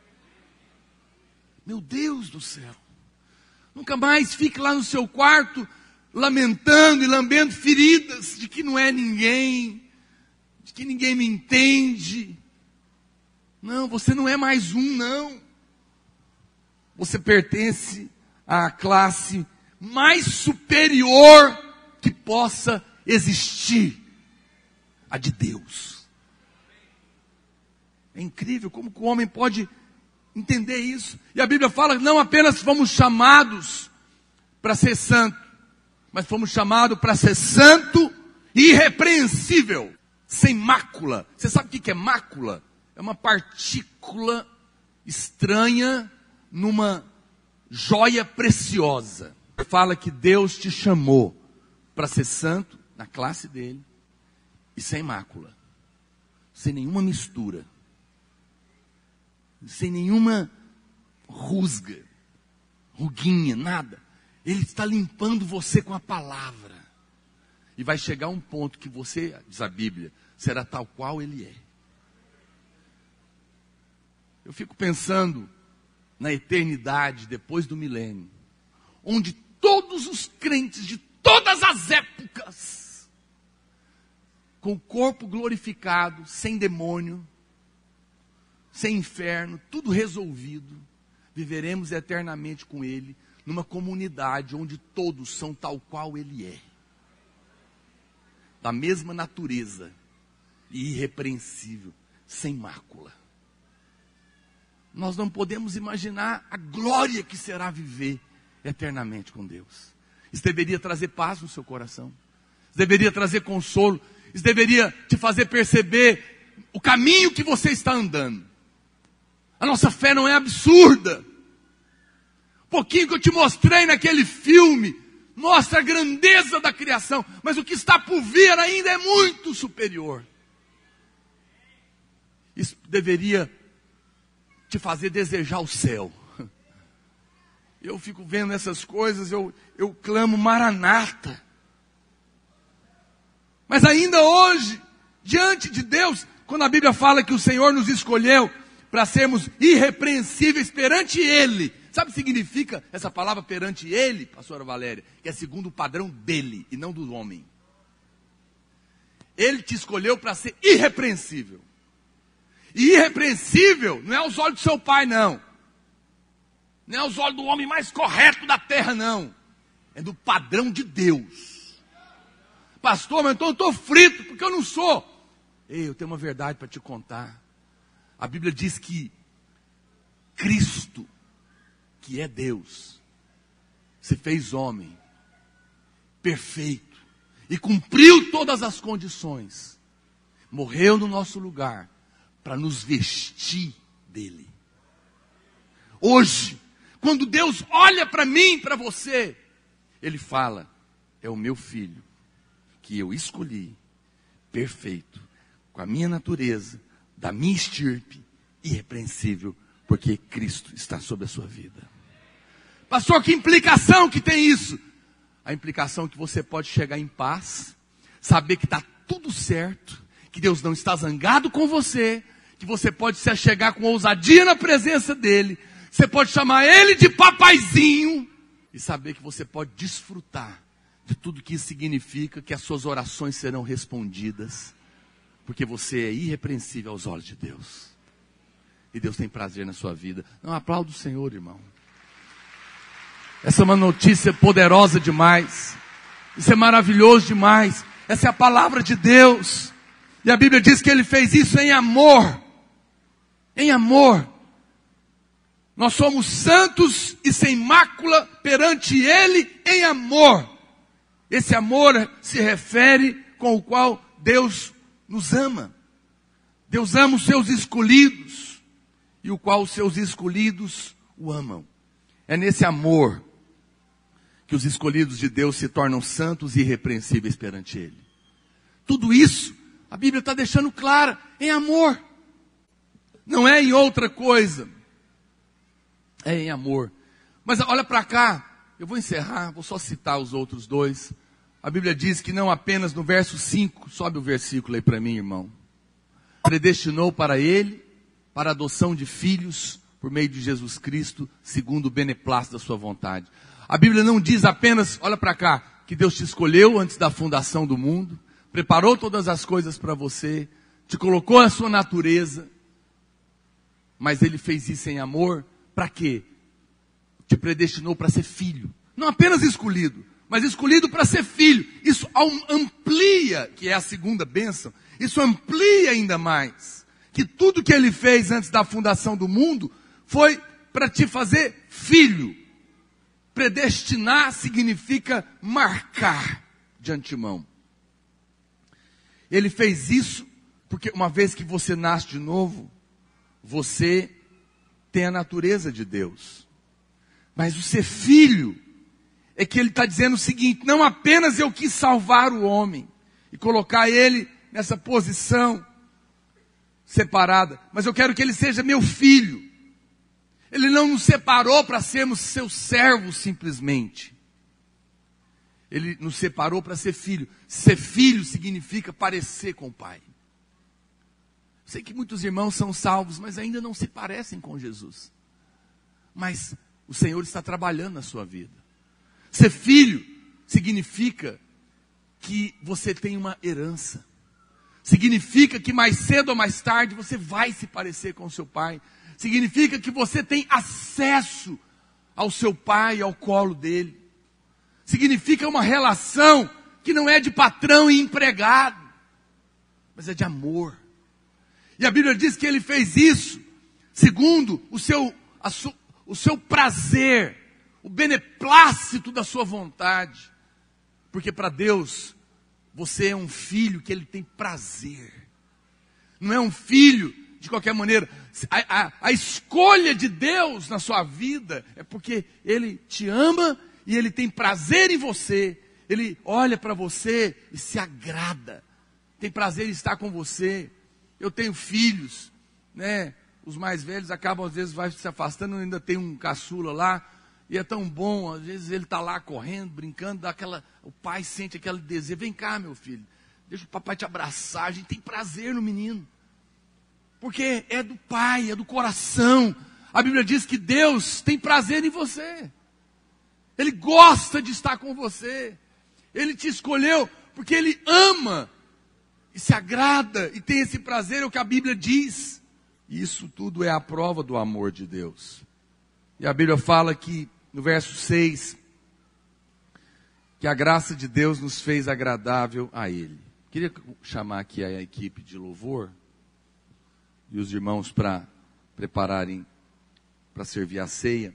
Meu Deus do céu. Nunca mais fique lá no seu quarto lamentando e lambendo feridas de que não é ninguém, de que ninguém me entende. Não, você não é mais um, não. Você pertence à classe mais superior que possa existir, a de Deus. É incrível como que o homem pode entender isso. E a Bíblia fala que não apenas fomos chamados para ser santo, mas fomos chamados para ser santo e irrepreensível, sem mácula. Você sabe o que é mácula? É uma partícula estranha numa joia preciosa. Fala que Deus te chamou para ser santo, na classe dele, e sem mácula. sem nenhuma mistura, sem nenhuma rusga, ruguinha, nada. Ele está limpando você com a palavra. E vai chegar um ponto que você, diz a Bíblia, será tal qual ele é. Eu fico pensando na eternidade depois do milênio, onde todos os crentes de todas as épocas, com o corpo glorificado, sem demônio, sem inferno, tudo resolvido, viveremos eternamente com ele, numa comunidade onde todos são tal qual ele é, da mesma natureza, e irrepreensível, sem mácula. Nós não podemos imaginar a glória que será viver eternamente com Deus. Isso deveria trazer paz no seu coração, isso deveria trazer consolo, isso deveria te fazer perceber o caminho que você está andando. A nossa fé não é absurda. Um pouquinho que eu te mostrei naquele filme mostra a grandeza da criação, mas o que está por vir ainda é muito superior. Isso deveria te fazer desejar o céu. Eu fico vendo essas coisas, eu clamo Maranata. Mas ainda hoje, diante de Deus, quando a Bíblia fala que o Senhor nos escolheu para sermos irrepreensíveis perante Ele, sabe o que significa essa palavra perante Ele, pastora Valéria? Que é segundo o padrão dele e não do homem. Ele te escolheu para ser irrepreensível. E irrepreensível não é aos olhos do seu pai, não. Não é aos olhos do homem mais correto da terra, não. É do padrão de Deus. Pastor, mas então eu estou frito, porque eu não sou. Ei, eu tenho uma verdade para te contar. A Bíblia diz que Cristo, que é Deus, se fez homem, perfeito, e cumpriu todas as condições. Morreu no nosso lugar, para nos vestir dele. Hoje, quando Deus olha para mim, para você, Ele fala, é o meu filho, que eu escolhi, perfeito, com a minha natureza, da minha estirpe, irrepreensível, porque Cristo está sobre a sua vida. Pastor, que implicação que tem isso? A implicação é que você pode chegar em paz, saber que está tudo certo, que Deus não está zangado com você, que você pode se achegar com ousadia na presença dEle, você pode chamar Ele de papaizinho, e saber que você pode desfrutar de tudo que isso significa, que as suas orações serão respondidas, porque você é irrepreensível aos olhos de Deus. E Deus tem prazer na sua vida. Não, aplauda o Senhor, irmão. Essa é uma notícia poderosa demais. Isso é maravilhoso demais. Essa é a palavra de Deus. E a Bíblia diz que Ele fez isso em amor. Em amor. Nós somos santos e sem mácula perante Ele em amor. Esse amor se refere com o qual Deus nos ama. Deus ama os seus escolhidos, e o qual os seus escolhidos o amam. É nesse amor que os escolhidos de Deus se tornam santos e irrepreensíveis perante Ele. Tudo isso, a Bíblia está deixando claro, em amor. Não é em outra coisa. É em amor. Mas olha para cá, eu vou encerrar, vou só citar os outros dois. A Bíblia diz que não apenas no verso 5, sobe o versículo aí para mim, irmão. Predestinou para Ele, para a adoção de filhos, por meio de Jesus Cristo, segundo o beneplácito da sua vontade. A Bíblia não diz apenas, olha para cá, que Deus te escolheu antes da fundação do mundo, preparou todas as coisas para você, te colocou na sua natureza, mas Ele fez isso em amor, para quê? Te predestinou para ser filho. Não apenas escolhido, mas escolhido para ser filho. Isso amplia, que é a segunda bênção, isso amplia ainda mais. Que tudo que Ele fez antes da fundação do mundo, foi para te fazer filho. Predestinar significa marcar de antemão. Ele fez isso, porque uma vez que você nasce de novo, você tem a natureza de Deus. Mas o ser filho, é que Ele está dizendo o seguinte, não apenas eu quis salvar o homem, e colocar ele nessa posição separada, mas eu quero que ele seja meu filho. Ele não nos separou para sermos seus servos simplesmente. Ele nos separou para ser filho. Ser filho significa parecer com o Pai. Sei que muitos irmãos são salvos, mas ainda não se parecem com Jesus. Mas o Senhor está trabalhando na sua vida. Ser filho significa que você tem uma herança. Significa que mais cedo ou mais tarde você vai se parecer com o seu pai. Significa que você tem acesso ao seu pai e ao colo dele. Significa uma relação que não é de patrão e empregado, mas é de amor. E a Bíblia diz que ele fez isso segundo o seu prazer, o beneplácito da sua vontade. Porque para Deus, você é um filho que ele tem prazer. Não é um filho de qualquer maneira. A escolha de Deus na sua vida é porque ele te ama e ele tem prazer em você. Ele olha para você e se agrada. Tem prazer em estar com você. Eu tenho filhos, né? Os mais velhos acabam, às vezes, vai se afastando. Ainda tem um caçula lá. E é tão bom, às vezes ele está lá correndo, brincando, o pai sente aquele desejo. Vem cá, meu filho, deixa o papai te abraçar. A gente tem prazer no menino. Porque é do pai, é do coração. A Bíblia diz que Deus tem prazer em você. Ele gosta de estar com você. Ele te escolheu porque Ele ama e se agrada e tem esse prazer, é o que a Bíblia diz. E isso tudo é a prova do amor de Deus. E a Bíblia fala que, no verso 6, que a graça de Deus nos fez agradável a Ele. Queria chamar aqui a equipe de louvor e os irmãos para prepararem para servir a ceia.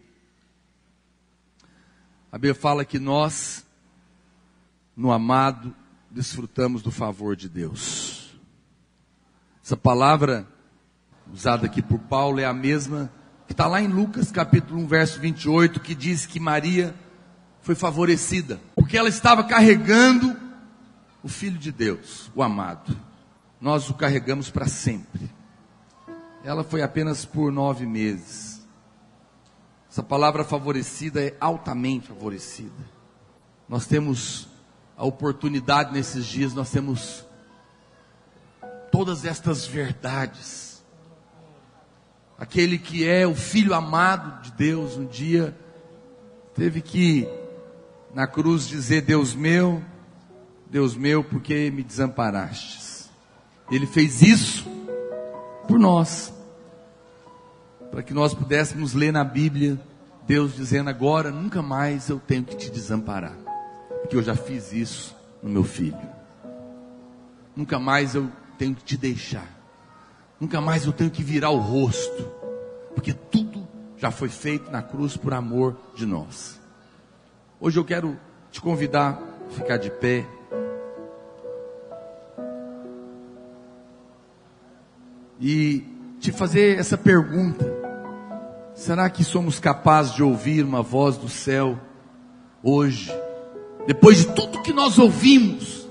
A Bíblia fala que nós, no amado, desfrutamos do favor de Deus. Essa palavra usada aqui por Paulo é a mesma que está lá em Lucas capítulo 1, verso 28, que diz que Maria foi favorecida, porque ela estava carregando o Filho de Deus, o amado. Nós o carregamos para sempre. Ela foi apenas por 9 meses. Essa palavra favorecida é altamente favorecida. Nós temos a oportunidade nesses dias, nós temos todas estas verdades. Aquele que é o Filho amado de Deus, um dia teve que na cruz dizer: Deus meu, por que me desamparastes? Ele fez isso por nós, para que nós pudéssemos ler na Bíblia Deus dizendo: agora nunca mais eu tenho que te desamparar, porque eu já fiz isso no meu filho. Nunca mais eu tenho que te deixar. Nunca mais eu tenho que virar o rosto, porque tudo já foi feito na cruz por amor de nós. Hoje eu quero te convidar a ficar de pé. E te fazer essa pergunta: será que somos capazes de ouvir uma voz do céu hoje, depois de tudo que nós ouvimos,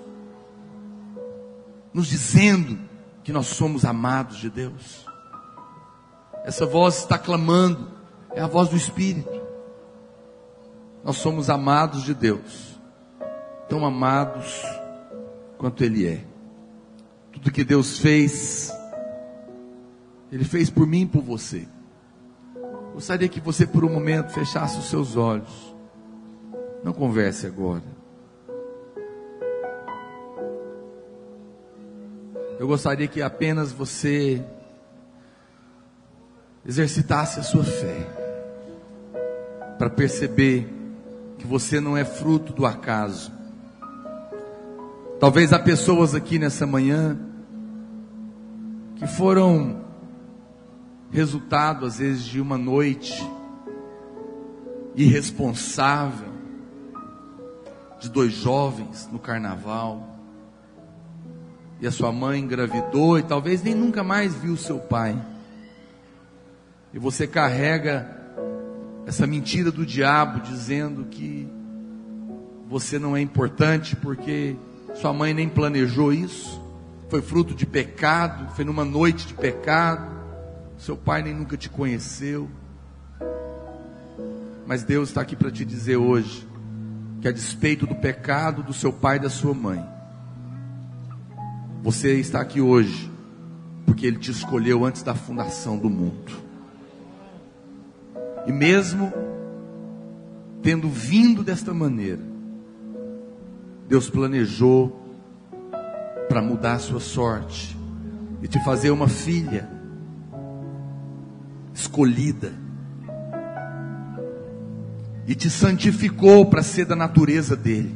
nos dizendo que nós somos amados de Deus? Essa voz está clamando, é a voz do Espírito. Nós somos amados de Deus, tão amados quanto Ele é. Tudo que Deus fez, Ele fez por mim e por você. Gostaria que você por um momento fechasse os seus olhos. Não converse agora. Eu gostaria que apenas você exercitasse a sua fé, para perceber que você não é fruto do acaso. Talvez há pessoas aqui nessa manhã que foram resultado, às vezes, de uma noite irresponsável de 2 jovens no carnaval, e a sua mãe engravidou e talvez nem nunca mais viu seu pai, e você carrega essa mentira do diabo dizendo que você não é importante porque sua mãe nem planejou isso. foi fruto de pecado, foi numa noite de pecado, seu pai nem nunca te conheceu. Mas Deus está aqui para te dizer hoje, que a despeito do pecado do seu pai e da sua mãe, você está aqui hoje, porque Ele te escolheu antes da fundação do mundo. E mesmo tendo vindo desta maneira, Deus planejou para mudar a sua sorte e te fazer uma filha escolhida, e te santificou para ser da natureza dele,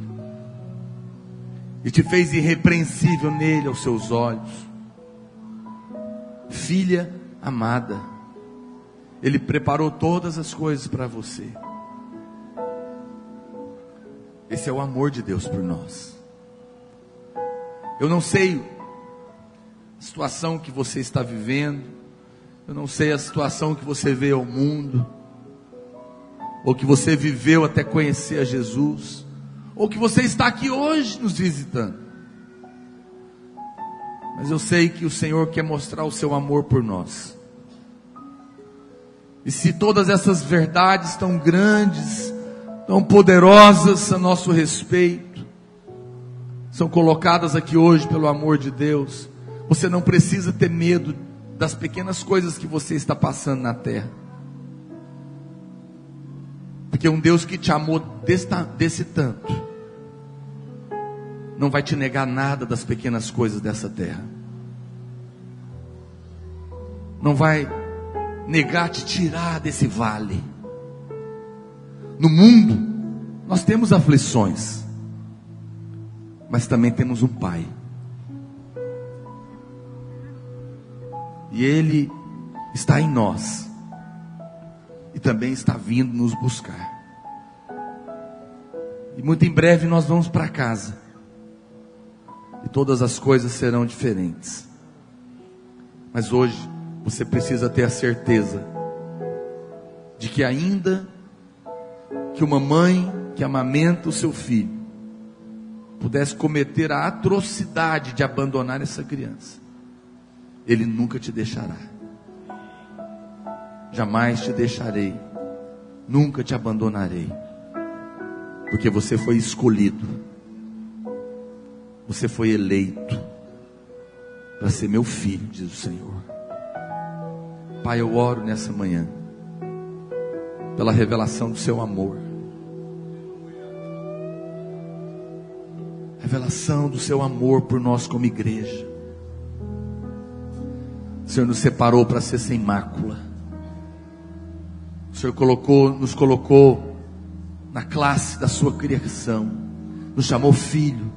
e te fez irrepreensível nele aos seus olhos. Filha amada, Ele preparou todas as coisas para você. Esse é o amor de Deus por nós. Eu não sei a situação que você está vivendo, eu não sei a situação que você vê ao mundo, ou que você viveu até conhecer a Jesus, ou que você está aqui hoje nos visitando. Mas eu sei que o Senhor quer mostrar o seu amor por nós. E se todas essas verdades tão grandes, tão poderosas a nosso respeito, são colocadas aqui hoje pelo amor de Deus, você não precisa ter medo das pequenas coisas que você está passando na terra. Porque um Deus que te amou desse tanto, não vai te negar nada das pequenas coisas dessa terra. Não vai negar te tirar desse vale. No mundo, nós temos aflições, mas também temos um Pai. E Ele está em nós, e também está vindo nos buscar. E muito em breve nós vamos para casa, e todas as coisas serão diferentes. Mas hoje você precisa ter a certeza de que ainda que uma mãe que amamenta o seu filho pudesse cometer a atrocidade de abandonar essa criança, Ele nunca te deixará. Jamais te deixarei, nunca te abandonarei, porque você foi escolhido, você foi eleito para ser meu filho, diz o Senhor. Pai, eu oro nessa manhã pela revelação do seu amor, revelação do seu amor por nós como igreja. O Senhor nos separou para ser sem mácula. O Senhor nos colocou na classe da sua criação, nos chamou filho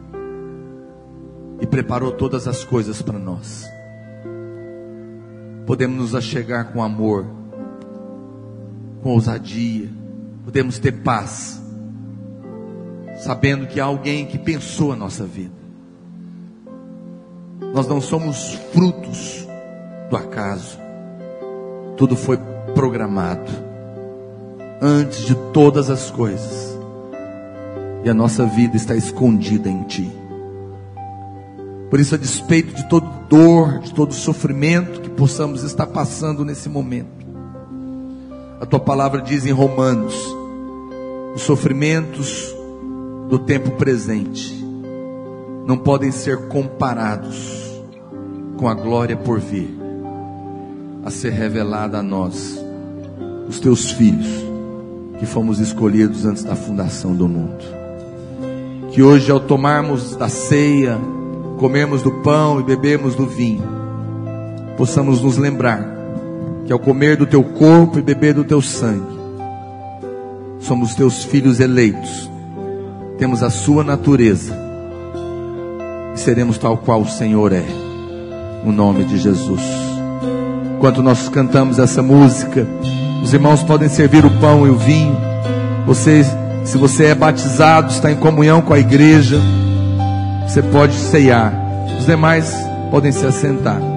e preparou todas as coisas para nós. Podemos nos achegar com amor, com ousadia, podemos ter paz, sabendo que há alguém que pensou a nossa vida. Nós não somos frutos do acaso, tudo foi programado antes de todas as coisas, e a nossa vida está escondida em Ti. Por isso, a despeito de toda dor, de todo sofrimento que possamos estar passando nesse momento, a Tua palavra diz em Romanos: os sofrimentos do tempo presente não podem ser comparados com a glória por vir, a ser revelada a nós, os Teus filhos, que fomos escolhidos antes da fundação do mundo. Que hoje, ao tomarmos da ceia, comermos do pão e bebermos do vinho, possamos nos lembrar que ao comer do Teu corpo e beber do Teu sangue, somos Teus filhos eleitos, temos a Sua natureza, e seremos tal qual o Senhor é, no nome de Jesus. Enquanto nós cantamos essa música, os irmãos podem servir o pão e o vinho. Se você é batizado, está em comunhão com a igreja, você pode ceiar. Os demais podem se assentar.